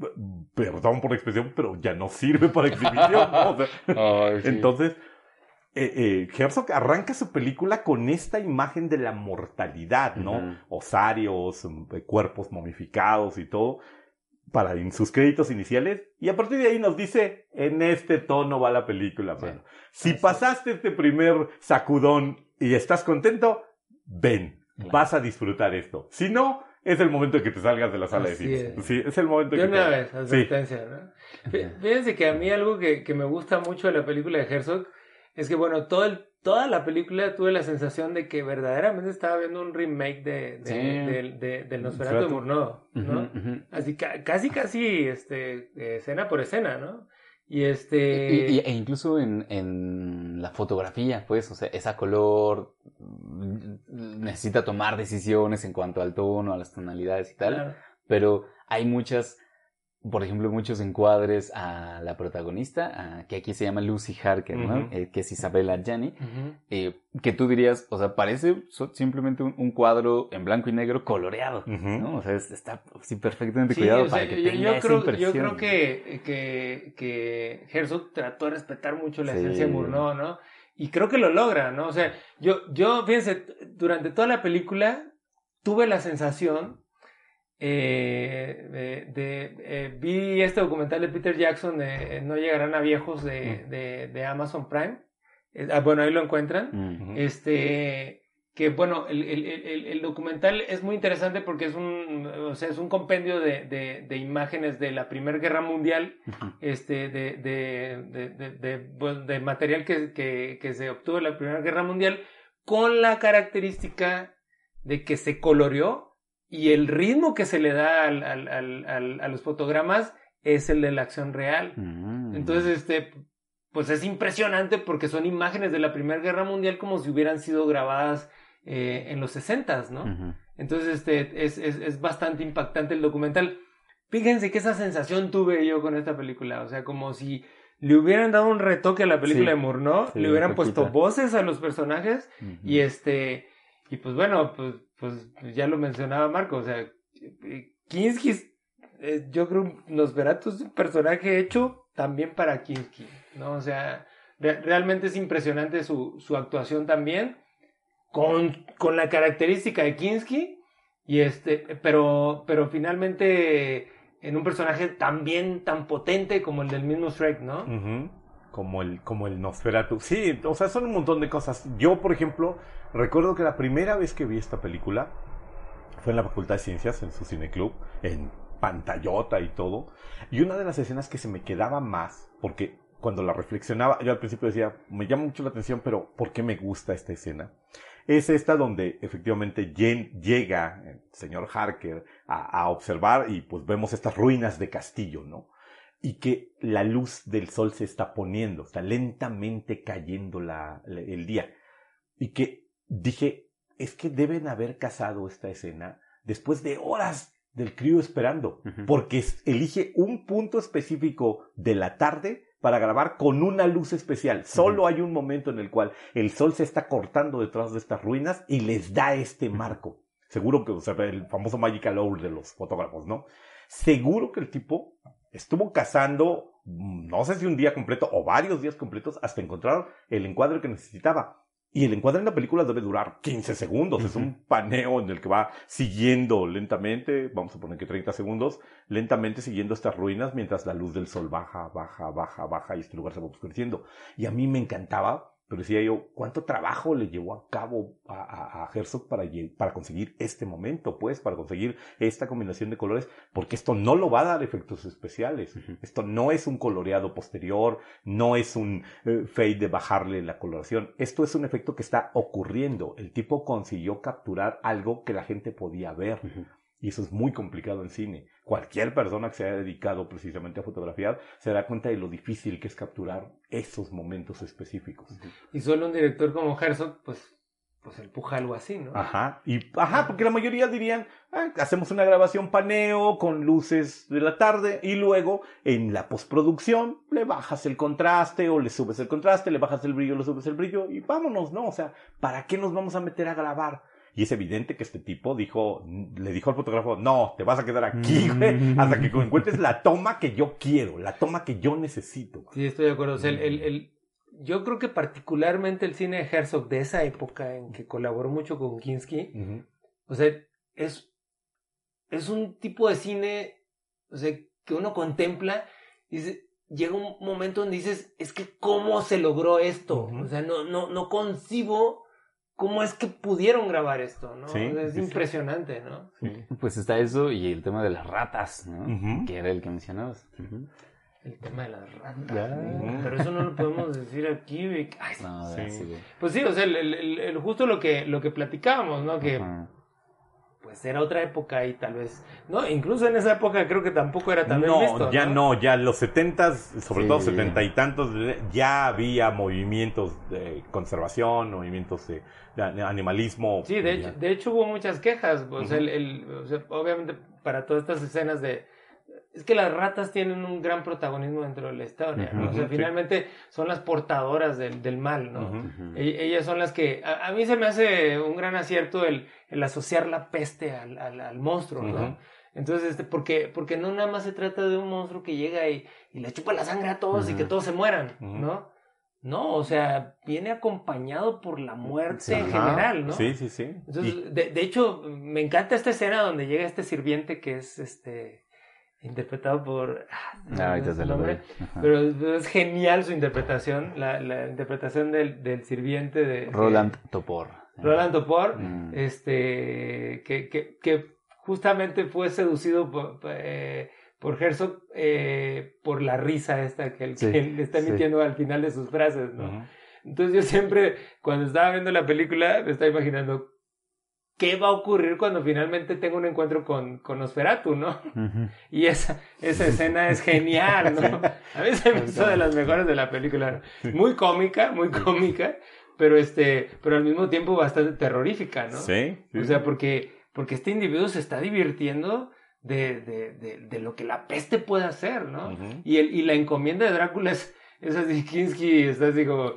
perdón por la expresión, pero ya no sirve para exhibición, ¿no? O sea, Ay, sí. entonces, eh, eh, Herzog arranca su película con esta imagen de la mortalidad, ¿no? Ujú. Osarios, um, eh, cuerpos momificados y todo, para en sus créditos iniciales. Y a partir de ahí nos dice, en este tono va la película, Sí. mano. Si pasaste este primer sacudón y estás contento, ven, Claro. vas a disfrutar esto. Si no, es el momento de que te salgas de la sala Así de cine. es. Sí, es el momento De que una te- vez, Sí. advertencia, ¿no? Fí- Fíjense que a mí algo que, que me gusta mucho de la película de Herzog es que, bueno, todo el, toda la película tuve la sensación de que verdaderamente estaba viendo un remake de, de, Sí. de- de- del Nosferatu de Nosferatu. Murnau, ¿no? Ujú, ujú. Así ca- casi, casi, este, eh, escena por escena, ¿no? Y este... Y- y- e incluso en, en la fotografía, pues, o sea, esa color mm, necesita tomar decisiones en cuanto al tono, a las tonalidades y tal, Claro. pero hay muchas, por ejemplo, muchos encuadres a la protagonista, a- que aquí se llama Lucy Harker, ¿no? Ujú. Eh, que es Isabella Gianni, Ujú. eh, que tú dirías, o sea, parece so- simplemente un, un cuadro en blanco y negro coloreado, Ujú. ¿no? O sea, es- está sí, perfectamente Sí, cuidado o sea, para que yo, tenga yo esa creo, impresión. yo creo que, que, que Herzog trató de respetar mucho la Sí. esencia de Murnau, ¿no? Y creo que lo logra, ¿no? O sea, yo, yo, fíjense, durante toda la película tuve la sensación eh, de, de- eh, vi este documental de Peter Jackson de No llegarán a viejos de, de, de Amazon Prime. Eh, ah, bueno, ahí lo encuentran. Mm. Ujú. Este, que bueno, el, el, el, el documental es muy interesante porque es un, o sea, es un compendio de, de, de imágenes de la Primera Guerra Mundial, Ujú. este, de, de, de, de, de, pues, de material que, que, que se obtuvo en la Primera Guerra Mundial, con la característica de que se coloreó y el ritmo que se le da al, al, al, al, a los fotogramas es el de la acción real. Mm. Entonces, este, pues es impresionante porque son imágenes de la Primera Guerra Mundial como si hubieran sido grabadas eh, en los sesentas, ¿no? Ujú. Entonces, este, es, es, es bastante impactante el documental. Fíjense que esa sensación tuve yo con esta película, o sea, como si le hubieran dado un retoque a la película Sí. de Murnau, Sí, le hubieran poquito. puesto voces a los personajes Ujú. y este, y pues bueno, pues, pues ya lo mencionaba Marco, o sea, Kinski, eh, yo creo Nosferatu es un personaje hecho también para Kinski, ¿no? O sea, re- realmente es impresionante su, su actuación también, con, con la característica de Kinski, y este, pero, pero finalmente en un personaje también tan potente como el del mismo Shrek, ¿no? Ujú. Como el, como el Nosferatu. Sí, o sea, son un montón de cosas. Yo, por ejemplo, recuerdo que la primera vez que vi esta película fue en la Facultad de Ciencias, en su cineclub, en pantallota y todo. Y una de las escenas que se me quedaba más, porque cuando la reflexionaba, yo al principio decía, me llama mucho la atención, pero ¿por qué me gusta esta escena? es esta donde efectivamente Jen llega, el señor Harker, a, a observar y pues vemos estas ruinas de castillo, ¿no? Y que la luz del sol se está poniendo, está lentamente cayendo la, la, el día. Y que dije, es que deben haber cazado esta escena después de horas del crew esperando, uh-huh. porque elige un punto específico de la tarde para grabar con una luz especial. Solo uh-huh. hay un momento en el cual el sol se está cortando detrás de estas ruinas y les da este marco. Seguro que, o sea, el famoso magical hour de los fotógrafos, ¿no? Seguro que el tipo estuvo cazando, no sé si un día completo o varios días completos, hasta encontrar el encuadre que necesitaba. Y el encuadre en la película debe durar quince segundos. Uh-huh. Es un paneo en el que va siguiendo lentamente, vamos a poner que treinta segundos, lentamente siguiendo estas ruinas mientras la luz del sol baja, baja, baja, baja y este lugar se va oscureciendo. Y a mí me encantaba, pero decía yo, ¿cuánto trabajo le llevó a cabo a, a, a Herzog para, para conseguir este momento, pues, para conseguir esta combinación de colores? Porque esto no lo va a dar efectos especiales. Uh-huh. Esto no es un coloreado posterior, no es un uh, fade de bajarle la coloración. Esto es un efecto que está ocurriendo. El tipo consiguió capturar algo que la gente podía ver. Uh-huh. Y eso es muy complicado en cine. Cualquier persona que se haya dedicado precisamente a fotografiar se da cuenta de lo difícil que es capturar esos momentos específicos. Y solo un director como Herzog, pues, pues empuja algo así, ¿no? Ajá, y, ajá, porque la mayoría dirían, ah, hacemos una grabación paneo con luces de la tarde y luego en la postproducción le bajas el contraste o le subes el contraste, le bajas el brillo, le subes el brillo y vámonos, ¿no? O sea, ¿para qué nos vamos a meter a grabar? Y es evidente que este tipo dijo, le dijo al fotógrafo, no, te vas a quedar aquí, güey, hasta que encuentres la toma que yo quiero, la toma que yo necesito. Sí, estoy de acuerdo. O sea, el, el, el, yo creo que particularmente el cine de Herzog de esa época en que colaboró mucho con Kinski, uh-huh. o sea, es, es un tipo de cine, o sea, que uno contempla y dice, llega un momento donde dices, es que ¿cómo se logró esto? Uh-huh. O sea, no, no, no concibo ¿cómo es que pudieron grabar esto? ¿No? Sí, es sí, impresionante, sí. ¿no? Sí. Pues está eso y el tema de las ratas, ¿no? Uh-huh. Que era el que mencionabas. Uh-huh. El tema de las ratas. Yeah. Pero eso no lo podemos decir aquí. Ay, no, sí. Sí. Pues sí, o sea, el, el, el, justo lo que, lo que platicábamos, ¿no? Que uh-huh. pues era otra época y tal vez, no, incluso en esa época creo que tampoco era tan no, bien visto, ya no, no, ya los setentas, sobre sí. todo setenta y tantos, ya había movimientos de conservación, movimientos de, de animalismo. Sí, de hecho, de hecho hubo muchas quejas, o sea, uh-huh. el, el, o sea, obviamente para todas estas escenas de, es que las ratas tienen un gran protagonismo dentro de la historia, uh-huh. ¿no? O sea, finalmente sí. son las portadoras del, del mal, ¿no? Uh-huh. E- ellas son las que, a, a mí se me hace un gran acierto el, el asociar la peste al, al, al monstruo, ¿no? Uh-huh. Entonces, este, porque, porque no nada más se trata de un monstruo que llega y, y le chupa la sangre a todos uh-huh. y que todos se mueran, uh-huh. ¿no? No, o sea, viene acompañado por la muerte sí, en general, ¿no? Sí, sí, sí. Entonces, y... de, de hecho, me encanta esta escena donde llega este sirviente que es, este... interpretado por no, ahorita se lo nombre, pero, pero es genial su interpretación, la, la interpretación del, del sirviente de Roland de, Topor Roland Topor mm. este que, que, que justamente fue seducido por, eh, por Herzog eh, por la risa esta que él, sí, que él le está emitiendo sí. al final de sus frases, ¿no? Uh-huh. Entonces yo siempre cuando estaba viendo la película me estaba imaginando ¿qué va a ocurrir cuando finalmente tengo un encuentro con, con Nosferatu, no? Uh-huh. Y esa, esa escena es genial, ¿no? A mí se me hizo de las mejores de la película. Muy cómica, muy cómica, pero este, pero al mismo tiempo bastante terrorífica, ¿no? Sí. sí. O sea, porque, porque este individuo se está divirtiendo de, de, de, de lo que la peste puede hacer, ¿no? Uh-huh. Y, el, y la encomienda de Drácula es, es así, Kinski está así como,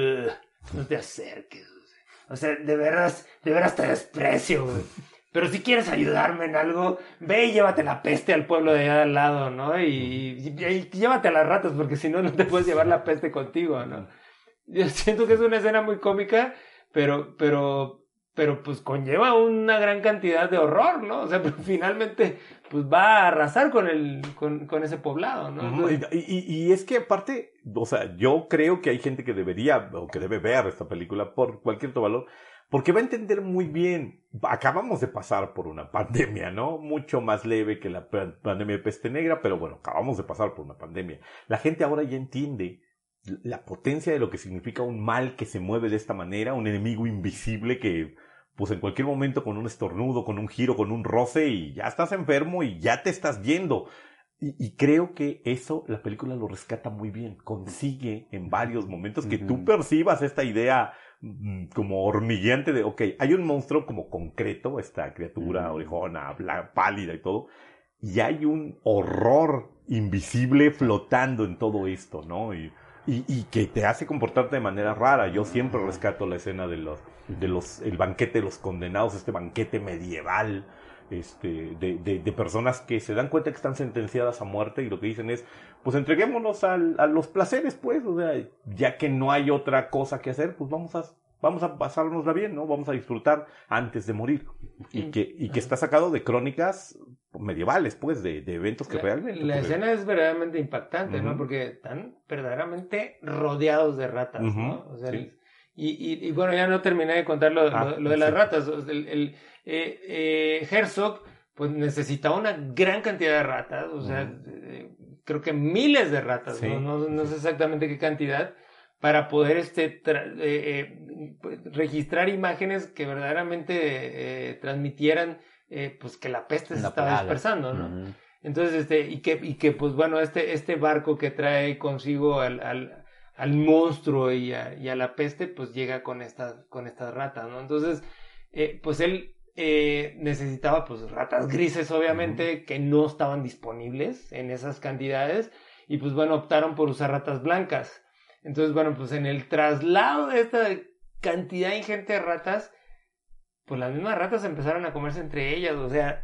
no te acerques. O sea, de veras, de veras te desprecio, güey. Pero si quieres ayudarme en algo, ve y llévate la peste al pueblo de allá al lado, ¿no? Y, y, y llévate a las ratas, porque si no, no te puedes llevar la peste contigo, ¿no? Yo siento que es una escena muy cómica, pero, pero, pero pues conlleva una gran cantidad de horror, ¿no? O sea, pero finalmente, pues va a arrasar con el, con, con ese poblado, ¿no? Entonces, y, y, y es que aparte, o sea, yo creo que hay gente que debería, o que debe ver esta película por cualquier otro valor, porque va a entender muy bien, acabamos de pasar por una pandemia, ¿no? Mucho más leve que la pandemia de peste negra, pero bueno, acabamos de pasar por una pandemia. La gente ahora ya entiende la potencia de lo que significa un mal que se mueve de esta manera, un enemigo invisible que pues en cualquier momento con un estornudo, con un giro, con un roce y ya estás enfermo y ya te estás yendo. Y, y creo que eso la película lo rescata muy bien. Consigue en varios momentos que tú percibas esta idea mm, como hormigueante de, ok, hay un monstruo como concreto, esta criatura orejona, bla- pálida y todo, y hay un horror invisible flotando en todo esto, ¿no? Y, y, y que te hace comportarte de manera rara. Yo siempre rescato la escena de los, de los, el banquete de los condenados, este banquete medieval, este, de, de, de personas que se dan cuenta que están sentenciadas a muerte y lo que dicen es, pues entreguémonos al, a los placeres, pues, o sea, ya que no hay otra cosa que hacer, pues vamos a, vamos a pasárnosla bien, ¿no? Vamos a disfrutar antes de morir. Y que, y que está sacado de crónicas medievales, pues, de, de eventos que la, realmente... La ocurrieron. escena es verdaderamente impactante, Uh-huh. ¿no? Porque están verdaderamente rodeados de ratas, Uh-huh. ¿no? O sea, Sí. el- y, y, y bueno, ya no terminé de contar lo, Ah, lo, lo de las sí. ratas. O sea, el, el, eh, eh, Herzog, pues, necesitaba una gran cantidad de ratas, o sea, Uh-huh. eh, creo que miles de ratas, Sí, ¿no? No, no sí. sé exactamente qué cantidad, para poder este tra- eh, eh, pues, registrar imágenes que verdaderamente eh, transmitieran eh, pues que la peste se La estaba plaga. dispersando, ¿no? Ujú. Entonces, este, y que, y que pues bueno, este, este barco que trae consigo al, al, al monstruo y a, y a la peste, pues llega con estas, con estas ratas, ¿no? Entonces, eh, pues él eh, necesitaba pues ratas grises, obviamente, uh-huh. que no estaban disponibles en esas cantidades, y pues bueno, optaron por usar ratas blancas. Entonces, bueno, pues en el traslado de esta cantidad ingente de ratas, pues las mismas ratas empezaron a comerse entre ellas, o sea...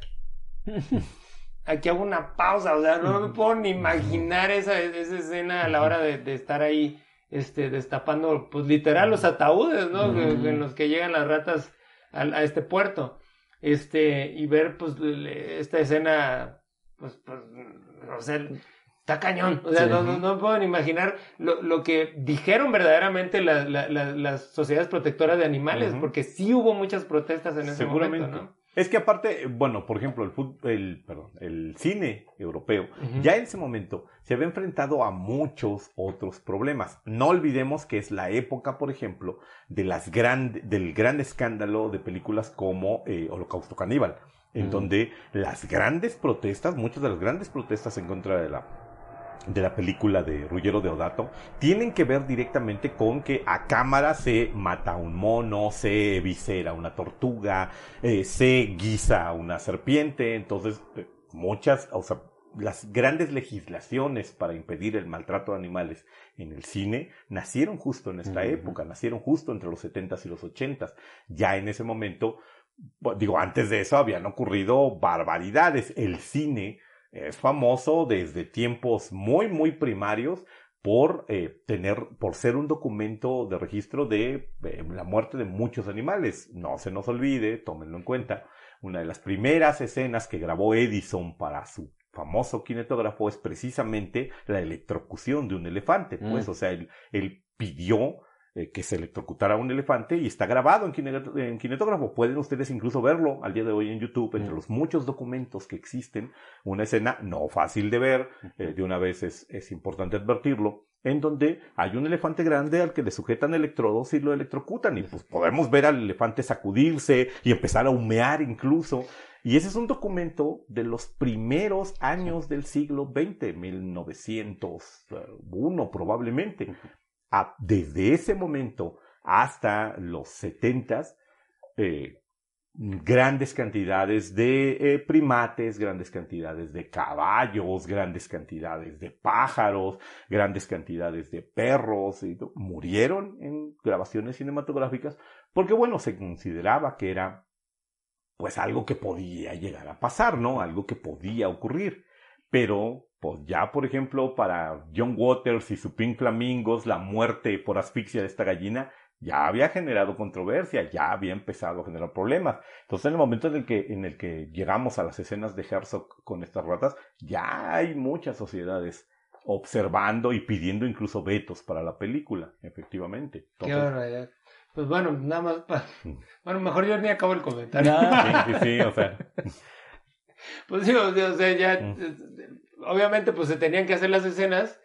Aquí hago una pausa, o sea, no me puedo ni imaginar esa, esa escena a la hora de, de estar ahí, este, destapando, pues literal, los ataúdes, ¿no? Mm. Que, en los que llegan las ratas a, a este puerto, este, y ver, pues, le, esta escena, pues, pues, o sea, está cañón, o sea, sí. no, no, no puedo ni imaginar lo, lo que dijeron verdaderamente la, la, la, las sociedades protectoras de animales, uh-huh. porque sí hubo muchas protestas en ese momento, ¿no? Es que aparte, bueno, por ejemplo, el, fut, el, perdón, el cine europeo, uh-huh. ya en ese momento se había enfrentado a muchos otros problemas. No olvidemos que es la época, por ejemplo, de las grand, del gran escándalo de películas como eh, Holocausto Caníbal, en uh-huh. donde las grandes protestas, muchas de las grandes protestas en contra de la de la película de Ruggero Deodato, tienen que ver directamente con que a cámara se mata a un mono, se eviscera una tortuga, eh, se guisa una serpiente. Entonces, eh, muchas, o sea, las grandes legislaciones para impedir el maltrato de animales en el cine nacieron justo en esta uh-huh. época, nacieron justo entre los setentas y los ochentas. Ya en ese momento, digo, antes de eso habían ocurrido barbaridades. El cine es famoso desde tiempos muy, muy primarios por eh, tener, por ser un documento de registro de eh, la muerte de muchos animales. No se nos olvide, tómenlo en cuenta, una de las primeras escenas que grabó Edison para su famoso kinetógrafo es precisamente la electrocución de un elefante. Mm. Pues, o sea, él, él pidió eh, que se electrocutara un elefante y está grabado en, kinet- en kinetógrafo. Pueden ustedes incluso verlo al día de hoy en YouTube, entre mm. los muchos documentos que existen. Una escena no fácil de ver, eh, de una vez es, es importante advertirlo, en donde hay un elefante grande al que le sujetan electrodos y lo electrocutan. Y pues podemos ver al elefante sacudirse y empezar a humear incluso. Y ese es un documento de los primeros años del siglo veinte, mil novecientos uno probablemente. A, desde ese momento hasta los setentas, eh, grandes cantidades de eh, primates, grandes cantidades de caballos, grandes cantidades de pájaros, grandes cantidades de perros, y murieron en grabaciones cinematográficas porque, bueno, se consideraba que era pues algo que podía llegar a pasar, ¿no? Algo que podía ocurrir. Pero, pues ya, por ejemplo, para John Waters y su Pink Flamingos, la muerte por asfixia de esta gallina ya había generado controversia, ya había empezado a generar problemas. Entonces, en el momento en el que, en el que llegamos a las escenas de Herzog con estas ratas, ya hay muchas sociedades observando y pidiendo incluso vetos para la película, efectivamente. Entonces, qué barbaridad. Pues bueno, nada más para... Bueno, mejor yo ni acabo el comentario. Sí, sí, sí, o sea... Pues sí, o sea, ya, mm. obviamente pues se tenían que hacer las escenas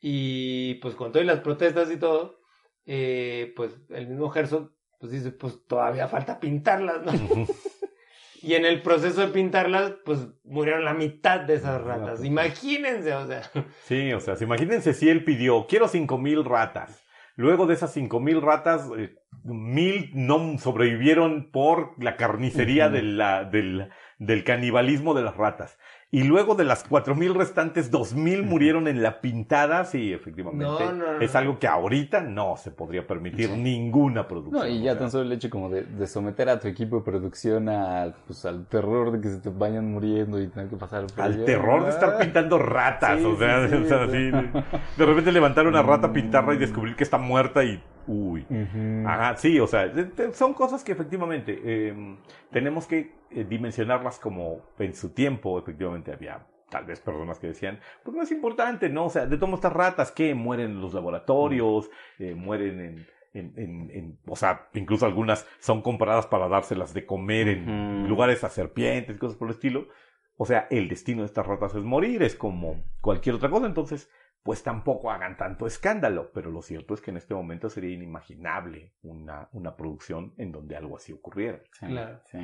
Y pues con todas las protestas y todo, eh, pues el mismo Herzog pues dice, pues todavía falta pintarlas, ¿no? Y en el proceso de pintarlas, pues murieron la mitad de esas ratas. Imagínense, o sea. Sí, o sea, imagínense si él pidió, quiero cinco mil ratas. Luego de esas cinco mil ratas, eh, mil no sobrevivieron por la carnicería uh-huh. de la, del, del canibalismo de las ratas. Y luego de las cuatro mil restantes, dos mil murieron en la pintada. Sí, efectivamente. No, no, no. Es algo que ahorita no se podría permitir sí. ninguna producción. No, y ya o sea. tan solo el hecho como de, de someter a tu equipo de producción a, pues, al terror de que se te vayan muriendo y tener que pasar por Al allá. terror de estar pintando ratas. Sí, o sea, sí, sí, o sea sí. de, de repente levantar una rata, pintarla y descubrir que está muerta y... Uy. Uh-huh. Ajá, sí, o sea, son cosas que efectivamente eh, tenemos que eh, dimensionarlas como en su tiempo, efectivamente había tal vez personas que decían, pues no es importante, ¿no? O sea, de todas estas ratas que mueren en los laboratorios, uh-huh. eh, mueren en, en, en, en, o sea, incluso algunas son compradas para dárselas de comer en uh-huh. lugares a serpientes, cosas por el estilo. O sea, el destino de estas ratas es morir, es como cualquier otra cosa, entonces... pues tampoco hagan tanto escándalo, pero lo cierto es que en este momento sería inimaginable una, una producción en donde algo así ocurriera. Sí, claro. Sí.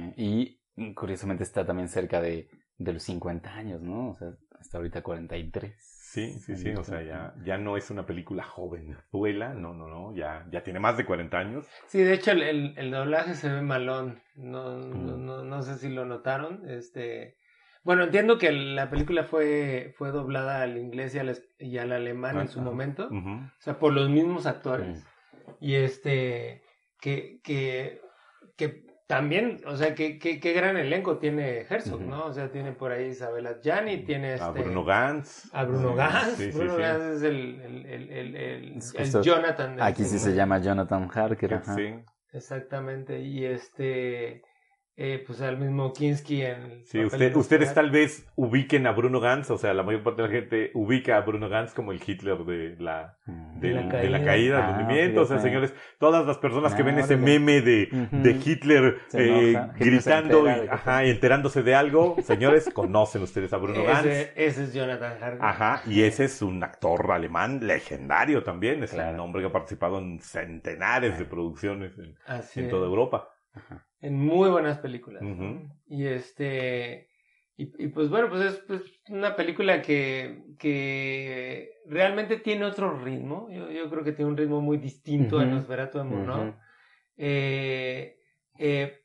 Y curiosamente está también cerca de, de los cincuenta años, ¿no? O sea, hasta ahorita cuarenta y tres. Sí, sí, sí, o sea, ya, ya no es una película jovenzuela, no, no, no, ya, ya tiene más de cuarenta años. Sí, de hecho el, el, el doblaje se ve malón, no, mm. no, no, no sé si lo notaron, este... Bueno, entiendo que la película fue, fue doblada al inglés y al, y al alemán ah, en su momento, uh-huh. o sea, por los mismos actores. Uh-huh. Y este, que, que, que también, o sea, que, que, que gran elenco tiene Herzog, uh-huh. ¿no? O sea, tiene por ahí Isabel Adjani, tiene este... A Bruno Ganz. A Bruno Ganz. Sí, sí, Bruno sí, Ganz sí. es el, el, el, el, el, el Jonathan. Aquí sí se llama Jonathan Harker. Ajá. Sí. Exactamente, y este... Eh, pues al mismo Kinski en... Sí, usted, ustedes tal vez ubiquen a Bruno Ganz, o sea, la mayor parte de la gente ubica a Bruno Ganz como el Hitler de la, de, de la caída, de la caída ah, del movimiento. O sea, señores, todas las personas no, que ven ese meme de, uh-huh. de Hitler eh, gritando y, ajá, y enterándose de algo, señores, conocen ustedes a Bruno ese, Ganz. Ese es Jonathan Harker. Ajá, y ese es un actor alemán legendario también, es claro. un hombre que ha participado en centenares de producciones en, en toda Europa. Ajá. En muy buenas películas, uh-huh. ¿no? Y este y, y pues bueno, pues es pues, una película que, que realmente tiene otro ritmo. Yo, yo creo que tiene un ritmo muy distinto uh-huh. a Nosferatu de Murnau. Uh-huh. Eh, eh,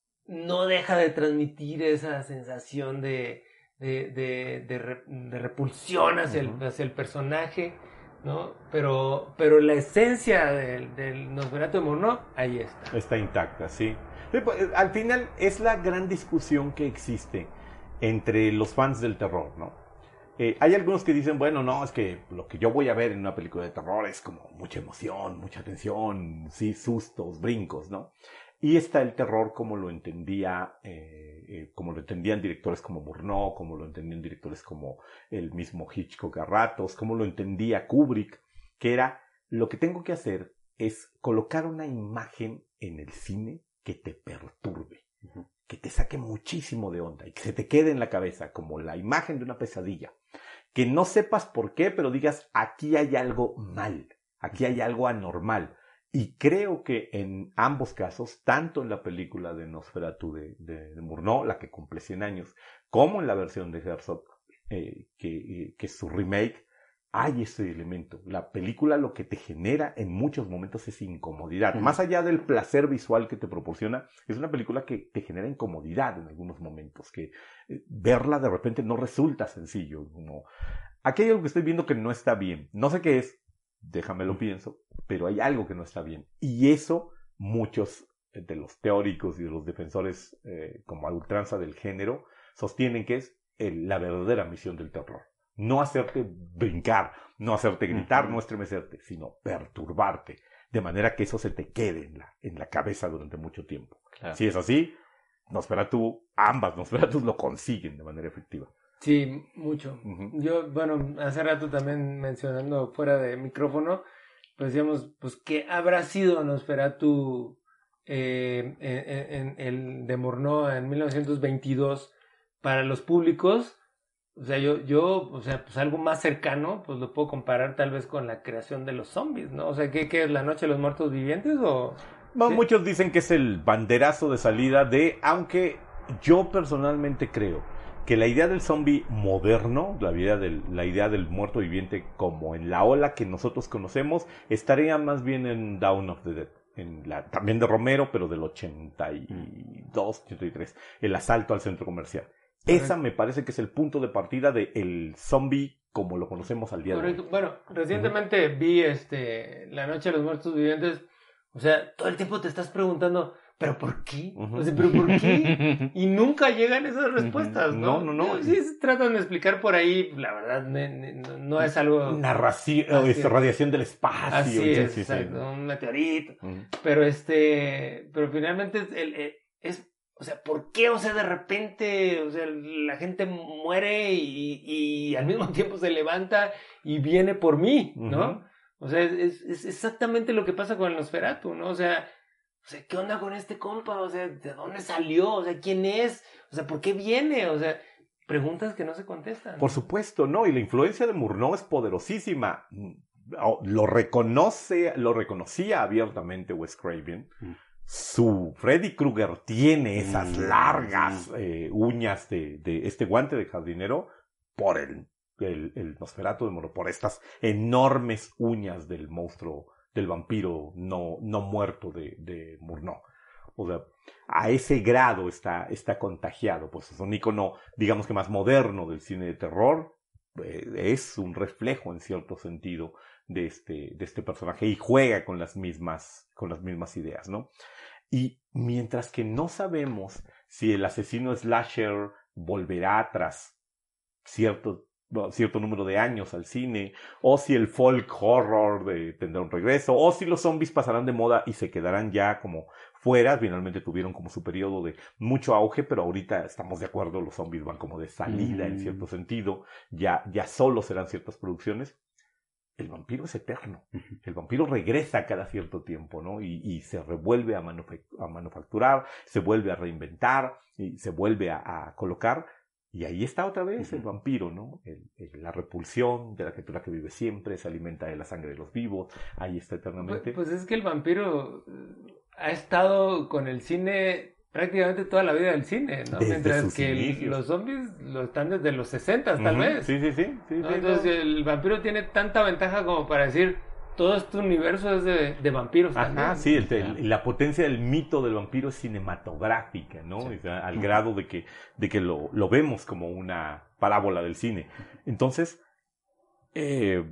no deja de transmitir esa sensación de, de, de, de, re, de repulsión hacia, uh-huh. el, hacia el personaje, ¿no? Pero, pero la esencia del, del Nosferatu de Murnau, ahí está. Está intacta, sí. Al final es la gran discusión que existe entre los fans del terror, ¿no? Eh, hay algunos que dicen, bueno, no, es que lo que yo voy a ver en una película de terror es como mucha emoción, mucha tensión, sí, sustos, brincos, ¿no? Y está el terror como lo entendía, eh, eh, como lo entendían directores como Murnau, como lo entendían directores como el mismo Hitchcock a ratos, como lo entendía Kubrick, que era, lo que tengo que hacer es colocar una imagen en el cine que te perturbe, uh-huh. que te saque muchísimo de onda y que se te quede en la cabeza como la imagen de una pesadilla. Que no sepas por qué, pero digas, aquí hay algo mal, aquí hay algo anormal. Y creo que en ambos casos, tanto en la película de Nosferatu de, de, de Murnau, la que cumple cien años, como en la versión de Herzog, eh, que, eh, que es su remake, hay ese elemento. La película lo que te genera en muchos momentos es incomodidad. Uh-huh. Más allá del placer visual que te proporciona, es una película que te genera incomodidad en algunos momentos, que eh, verla de repente no resulta sencillo. Como, aquí hay algo que estoy viendo que no está bien. No sé qué es, déjame lo pienso, pero hay algo que no está bien. Y eso muchos de los teóricos y de los defensores eh, como a ultranza del género sostienen que es el, la verdadera misión del terror. No hacerte brincar, no hacerte gritar, uh-huh. no estremecerte, sino perturbarte, de manera que eso se te quede en la, en la cabeza durante mucho tiempo. Claro. Si es así, Nosferatu, ambas Nosferatus lo consiguen de manera efectiva. Sí, mucho. Uh-huh. Yo, bueno, hace rato también mencionando fuera de micrófono, pues decíamos, pues, ¿qué habrá sido Nosferatu eh, en, en, en el de Murnau en mil novecientos veintidós para los públicos? o sea, yo, yo, o sea, pues algo más cercano, pues lo puedo comparar tal vez con la creación de los zombies, ¿no? O sea, ¿qué, qué es la noche de los muertos vivientes o...? Bueno, ¿Sí? Muchos dicen que es el banderazo de salida de, aunque yo personalmente creo que la idea del zombie moderno, la idea del, la idea del muerto viviente como en la ola que nosotros conocemos, estaría más bien en Dawn of the Dead. En la, también de Romero, pero del ochenta y dos, ochenta y tres, el asalto al centro comercial. Correcto. Esa me parece que es el punto de partida del zombie como lo conocemos al día Correcto. de hoy. Bueno, recientemente uh-huh. vi este La Noche de los Muertos Vivientes. O sea, todo el tiempo te estás preguntando, ¿pero por qué? Uh-huh. O sea, ¿pero por qué? Y nunca llegan esas respuestas, ¿no? No, no, no. Sí, se tratan de explicar por ahí, la verdad, no, no es algo... Narración, es radiación del espacio. Así sí, es, sí, exacto, sí. un meteorito. Uh-huh. Pero este, pero finalmente es, el, el, es, o sea, ¿por qué? O sea, de repente, o sea, la gente muere y, y al mismo tiempo se levanta y viene por mí, ¿no? Uh-huh. O sea, es, es exactamente lo que pasa con el Nosferatu, ¿no? O sea, o sea, ¿qué onda con este compa? O sea, ¿de dónde salió? O sea, ¿quién es? O sea, ¿por qué viene? O sea, preguntas que no se contestan. Por supuesto, ¿no? Y la influencia de Murnau es poderosísima. Lo reconoce, lo reconocía abiertamente Wes Craven. Mm. Su Freddy Krueger tiene esas mm. largas eh, uñas de, de este guante de jardinero por el El, el Nosferatu de Murnau, por estas enormes uñas del monstruo, del vampiro no, no muerto de, de Murnau. O sea, a ese grado está, está contagiado. Pues es un ícono, digamos que más moderno del cine de terror. Eh, es un reflejo, en cierto sentido, de este, de este personaje y juega con las mismas, con las mismas ideas, ¿no? Y mientras que no sabemos si el asesino slasher volverá tras cierto cierto número de años al cine, o si el folk horror de, tendrá un regreso, o si los zombies pasarán de moda y se quedarán ya como fuera. Finalmente tuvieron como su periodo de mucho auge, pero ahorita estamos de acuerdo, los zombies van como de salida mm. en cierto sentido, ya, ya solo serán ciertas producciones. El vampiro es eterno, el vampiro regresa cada cierto tiempo, ¿no? Y, y se revuelve a, manufac- a manufacturar, se vuelve a reinventar, y se vuelve a, a colocar. Y ahí está otra vez el vampiro, ¿no? El, el, la repulsión de la criatura que vive siempre, se alimenta de la sangre de los vivos, ahí está eternamente. Pues, pues es que el vampiro ha estado con el cine prácticamente toda la vida del cine, ¿no? Desde Mientras sus que el, los zombies lo están desde los sesenta, tal uh-huh. vez. Sí, sí, sí. sí, ¿no? sí Entonces no. el vampiro tiene tanta ventaja como para decir, todo este universo es de, de vampiros Ajá, también. sí, el, el, la potencia del mito del vampiro es cinematográfica, ¿no? Sí. O sea, al grado de que, de que lo, lo vemos como una parábola del cine. Entonces, eh,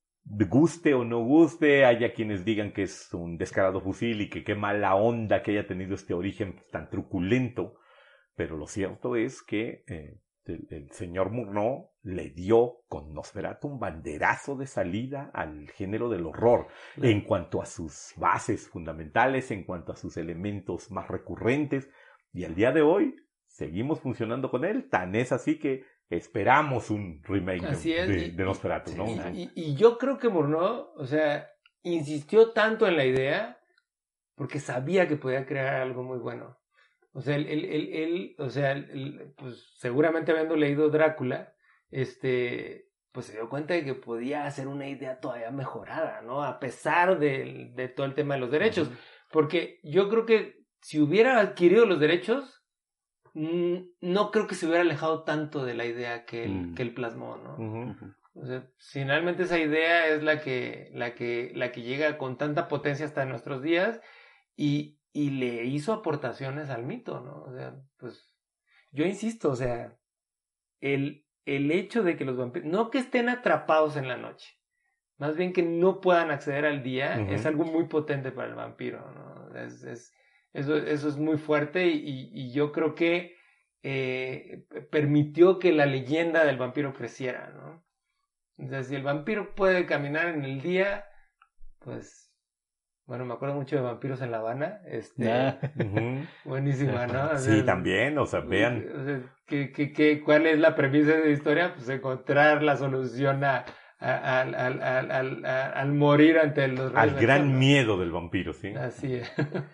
guste o no guste, haya quienes digan que es un descarado fusil y que qué mala onda que haya tenido este origen tan truculento, pero lo cierto es que eh, el, el señor Murnau le dio con Nosferatu un banderazo de salida al género del horror, claro. En cuanto a sus bases fundamentales, en cuanto a sus elementos más recurrentes, y al día de hoy seguimos funcionando con él, tan es así que esperamos un remake así de, es, de, y, de Nosferatu, ¿no? Y, y, y yo creo que Murnau, o sea, insistió tanto en la idea porque sabía que podía crear algo muy bueno. O sea, él, él, él, él o sea, él, pues seguramente habiendo leído Drácula, este, pues se dio cuenta de que podía hacer una idea todavía mejorada, ¿no? A pesar de, de todo el tema de los derechos. Uh-huh. Porque yo creo que si hubiera adquirido los derechos, mmm, no creo que se hubiera alejado tanto de la idea que él, uh-huh. que él plasmó, ¿no? Uh-huh. O sea, finalmente esa idea es la que, la que, la que llega con tanta potencia hasta nuestros días y, y le hizo aportaciones al mito, ¿no? O sea, pues, yo insisto, o sea, el, el hecho de que los vampiros, no que estén atrapados en la noche, más bien que no puedan acceder al día, uh-huh. es algo muy potente para el vampiro, ¿no? Es, es, eso, eso es muy fuerte y, y yo creo que eh, permitió que la leyenda del vampiro creciera, ¿no? O sea, si el vampiro puede caminar en el día, pues, bueno, me acuerdo mucho de Vampiros en La Habana, este, ah. uh-huh. buenísima, ¿no? O sea, sí, también, o sea, vean. O sea, ¿qué, qué, qué, ¿cuál es la premisa de la historia? Pues encontrar la solución a, a, al, al, al, al, al morir ante los reyes. Al gran miedo del vampiro, ¿sí? Así es.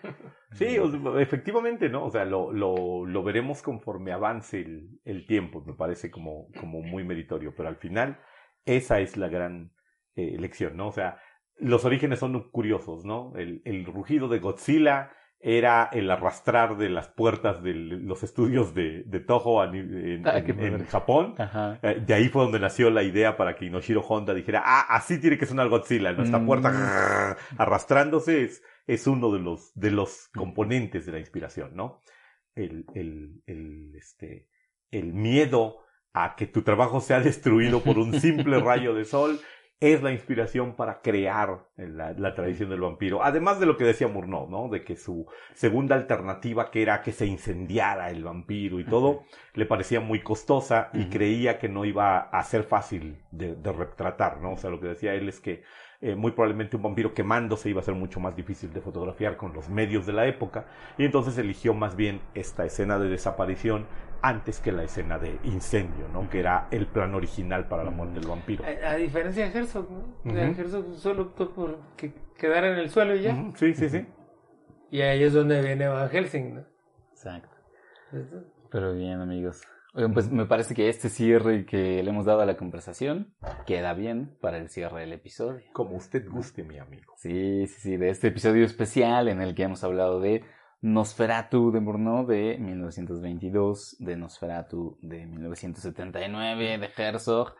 Sí, o- efectivamente, ¿no? O sea, lo, lo, lo veremos conforme avance el, el tiempo, me parece como, como muy meritorio, pero al final esa es la gran eh, lección, ¿no? O sea, los orígenes son curiosos, ¿no? El, el rugido de Godzilla era el arrastrar de las puertas de los estudios de, de Toho en, en, Ah, qué en- en padre. Japón. Ajá. Eh, de ahí fue donde nació la idea para que Inoshiro Honda dijera, ah, así tiene que sonar Godzilla, ¿no? Esta Mm. puerta grrr, arrastrándose es, es uno de los, de los componentes de la inspiración, ¿no? El, el, el, este, el miedo a que tu trabajo sea destruido por un simple rayo de sol es la inspiración para crear la, la tradición del vampiro. Además de lo que decía Murnau, ¿no? De que su segunda alternativa, que era que se incendiara el vampiro y todo, le parecía muy costosa y Ujú. creía que no iba a ser fácil de, de retratar, ¿no? O sea, lo que decía él es que eh, muy probablemente un vampiro quemándose iba a ser mucho más difícil de fotografiar con los medios de la época, y entonces eligió más bien esta escena de desaparición antes que la escena de incendio, ¿no? Que era el plan original para la muerte del vampiro. A, a diferencia de Herzog, ¿no? O sea, Ujú. Herzog solo optó por que quedara en el suelo y ya. Ujú, sí, sí, sí. Y ahí es donde viene Van Helsing, ¿no? Exacto. Esto- Pero bien, amigos. Oigan, pues me parece que este cierre que le hemos dado a la conversación queda bien para el cierre del episodio. Como usted guste, mi amigo. Sí, sí, sí, de este episodio especial en el que hemos hablado de Nosferatu de Murnau de mil novecientos veintidós, de Nosferatu de mil novecientos setenta y nueve, de Herzog,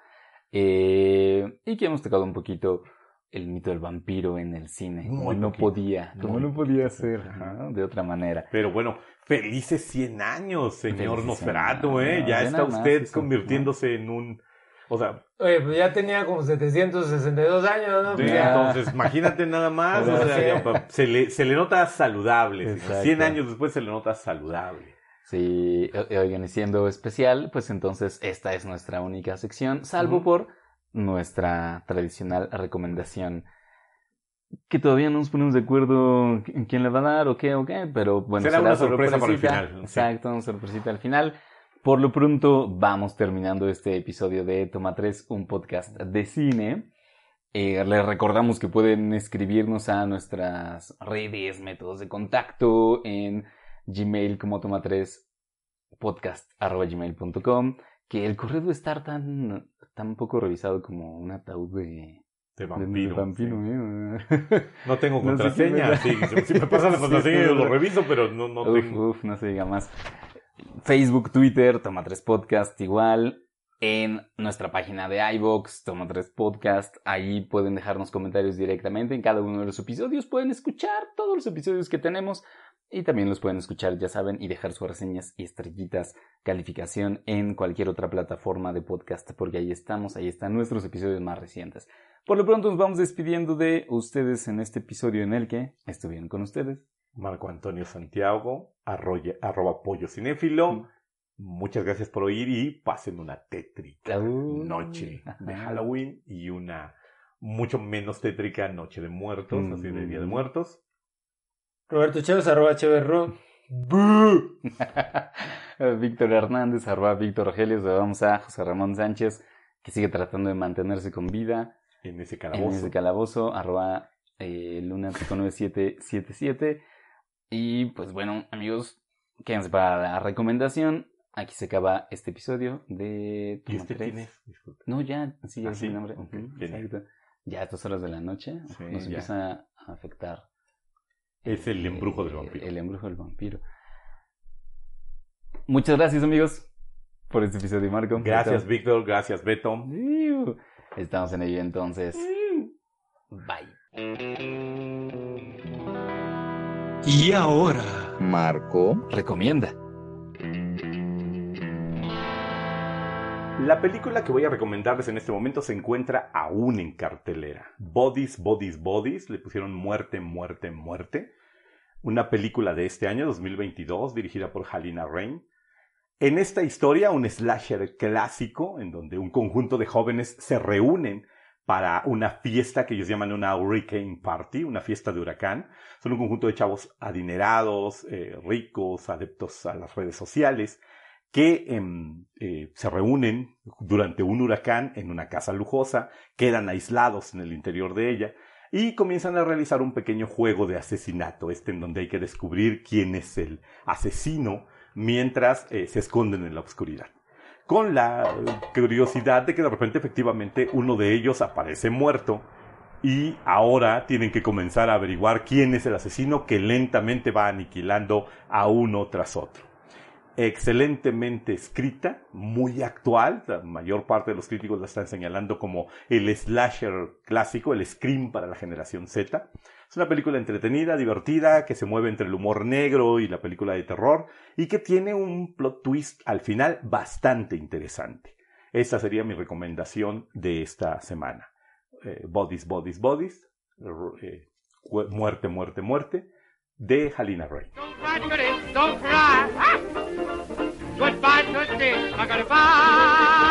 eh, y que hemos tocado un poquito el mito del vampiro en el cine, como Muy no poquito, podía, como muy no podía poquito, ser, ajá. ¿no? De otra manera. Pero bueno, felices cien años, señor Felices Nosferatu, cien ¿eh? años. Ya Ve está nada más usted eso, convirtiéndose en un... O sea, Oye, pues ya tenía como setecientos sesenta y dos años, ¿no? sí, Pues ya- entonces imagínate nada más, o Ya sea, sé. ya, pa- se, le, se le nota saludable, señor. Exacto. cien años después se le nota saludable. Sí, o- oigan, y siendo especial, pues entonces esta es nuestra única sección, salvo Ujú. por nuestra tradicional recomendación, que todavía no nos ponemos de acuerdo en quién le va a dar o qué o qué, pero bueno, Será una sorpresa para el sorpresita. final, ¿no? Exacto, una sorpresita al final. Por lo pronto vamos terminando este episodio de Toma tres, un podcast de cine. Eh, les recordamos que pueden escribirnos a nuestras redes, métodos de contacto en Gmail como toma tres podcast arroba gmail punto com, que el correo debe estar tan, tan poco revisado como un ataúd de, De de- vampiro. de vampiro, sí. ¿eh? No tengo No sé contraseña, qué me- sí, si me pasan la Sí, contraseña sí, yo lo sí. reviso, pero no, no Uf, tengo. uf, no se diga más. Facebook, Twitter, Toma tres Podcast igual. En nuestra página de iVoox, Toma tres Podcast, ahí pueden dejarnos comentarios directamente en cada uno de los episodios. Pueden escuchar todos los episodios que tenemos y también los pueden escuchar, ya saben, y dejar sus reseñas y estrellitas, calificación en cualquier otra plataforma de podcast, porque ahí estamos, ahí están nuestros episodios más recientes. Por lo pronto nos vamos despidiendo de ustedes en este episodio en el que estuvieron con ustedes. Marco Antonio Santiago, arroya, arroba pollo cinéfilo. Mm. Muchas gracias por oír y pasen una tétrica Uh, noche de ajá. Halloween y una mucho menos tétrica noche de muertos, Mm. así de Día de Muertos. Roberto Chávez, arroba Chávez Ro. Víctor Hernández, arroba Víctor Rogelio, vamos a José Ramón Sánchez, que sigue tratando de mantenerse con vida En ese en calabozo. ese calabozo, arroba eh, lunático nueve siete siete siete. Y pues bueno, amigos, quédense para la recomendación. Aquí se acaba este episodio de ¿Y Toma este tres. quién es? Disculpe. No, ya, sí, ya ¿Ah, es sí? mi nombre. Ok, Ujú, bien. exacto. Ya a estas horas de la noche Sí, nos ya. empieza a afectar. Es el embrujo del eh, vampiro. El embrujo del vampiro. Muchas gracias, amigos, por este episodio, Marco. Gracias, Víctor. Gracias, Beto. Iu. Estamos en ello entonces. Bye. Y ahora, Marco. Recomienda. La película que voy a recomendarles en este momento se encuentra aún en cartelera. Bodies, Bodies, Bodies. Le pusieron Muerte, Muerte, Muerte. Una película de este año, dos mil veintidós, dirigida por Halina Rein. En esta historia, un slasher clásico, en donde un conjunto de jóvenes se reúnen para una fiesta que ellos llaman una Hurricane Party, una fiesta de huracán. Son un conjunto de chavos adinerados, eh, ricos, adeptos a las redes sociales, que eh, eh, se reúnen durante un huracán en una casa lujosa, quedan aislados en el interior de ella, y comienzan a realizar un pequeño juego de asesinato, este en donde hay que descubrir quién es el asesino mientras eh, se esconden en la oscuridad. Con la curiosidad de que de repente efectivamente uno de ellos aparece muerto y ahora tienen que comenzar a averiguar quién es el asesino que lentamente va aniquilando a uno tras otro. Excelentemente escrita, muy actual, la mayor parte de los críticos la están señalando como el slasher clásico, el Scream para la generación Z. Es una película entretenida, divertida, que se mueve entre el humor negro y la película de terror y que tiene un plot twist al final bastante interesante. Esta sería mi recomendación de esta semana. Eh, Bodies, Bodies, Bodies, eh, Muerte, Muerte, Muerte, de Halina Ray. Don't cry, Goody, don't cry. Ah! Goodbye, Tootsie, I gotta bye.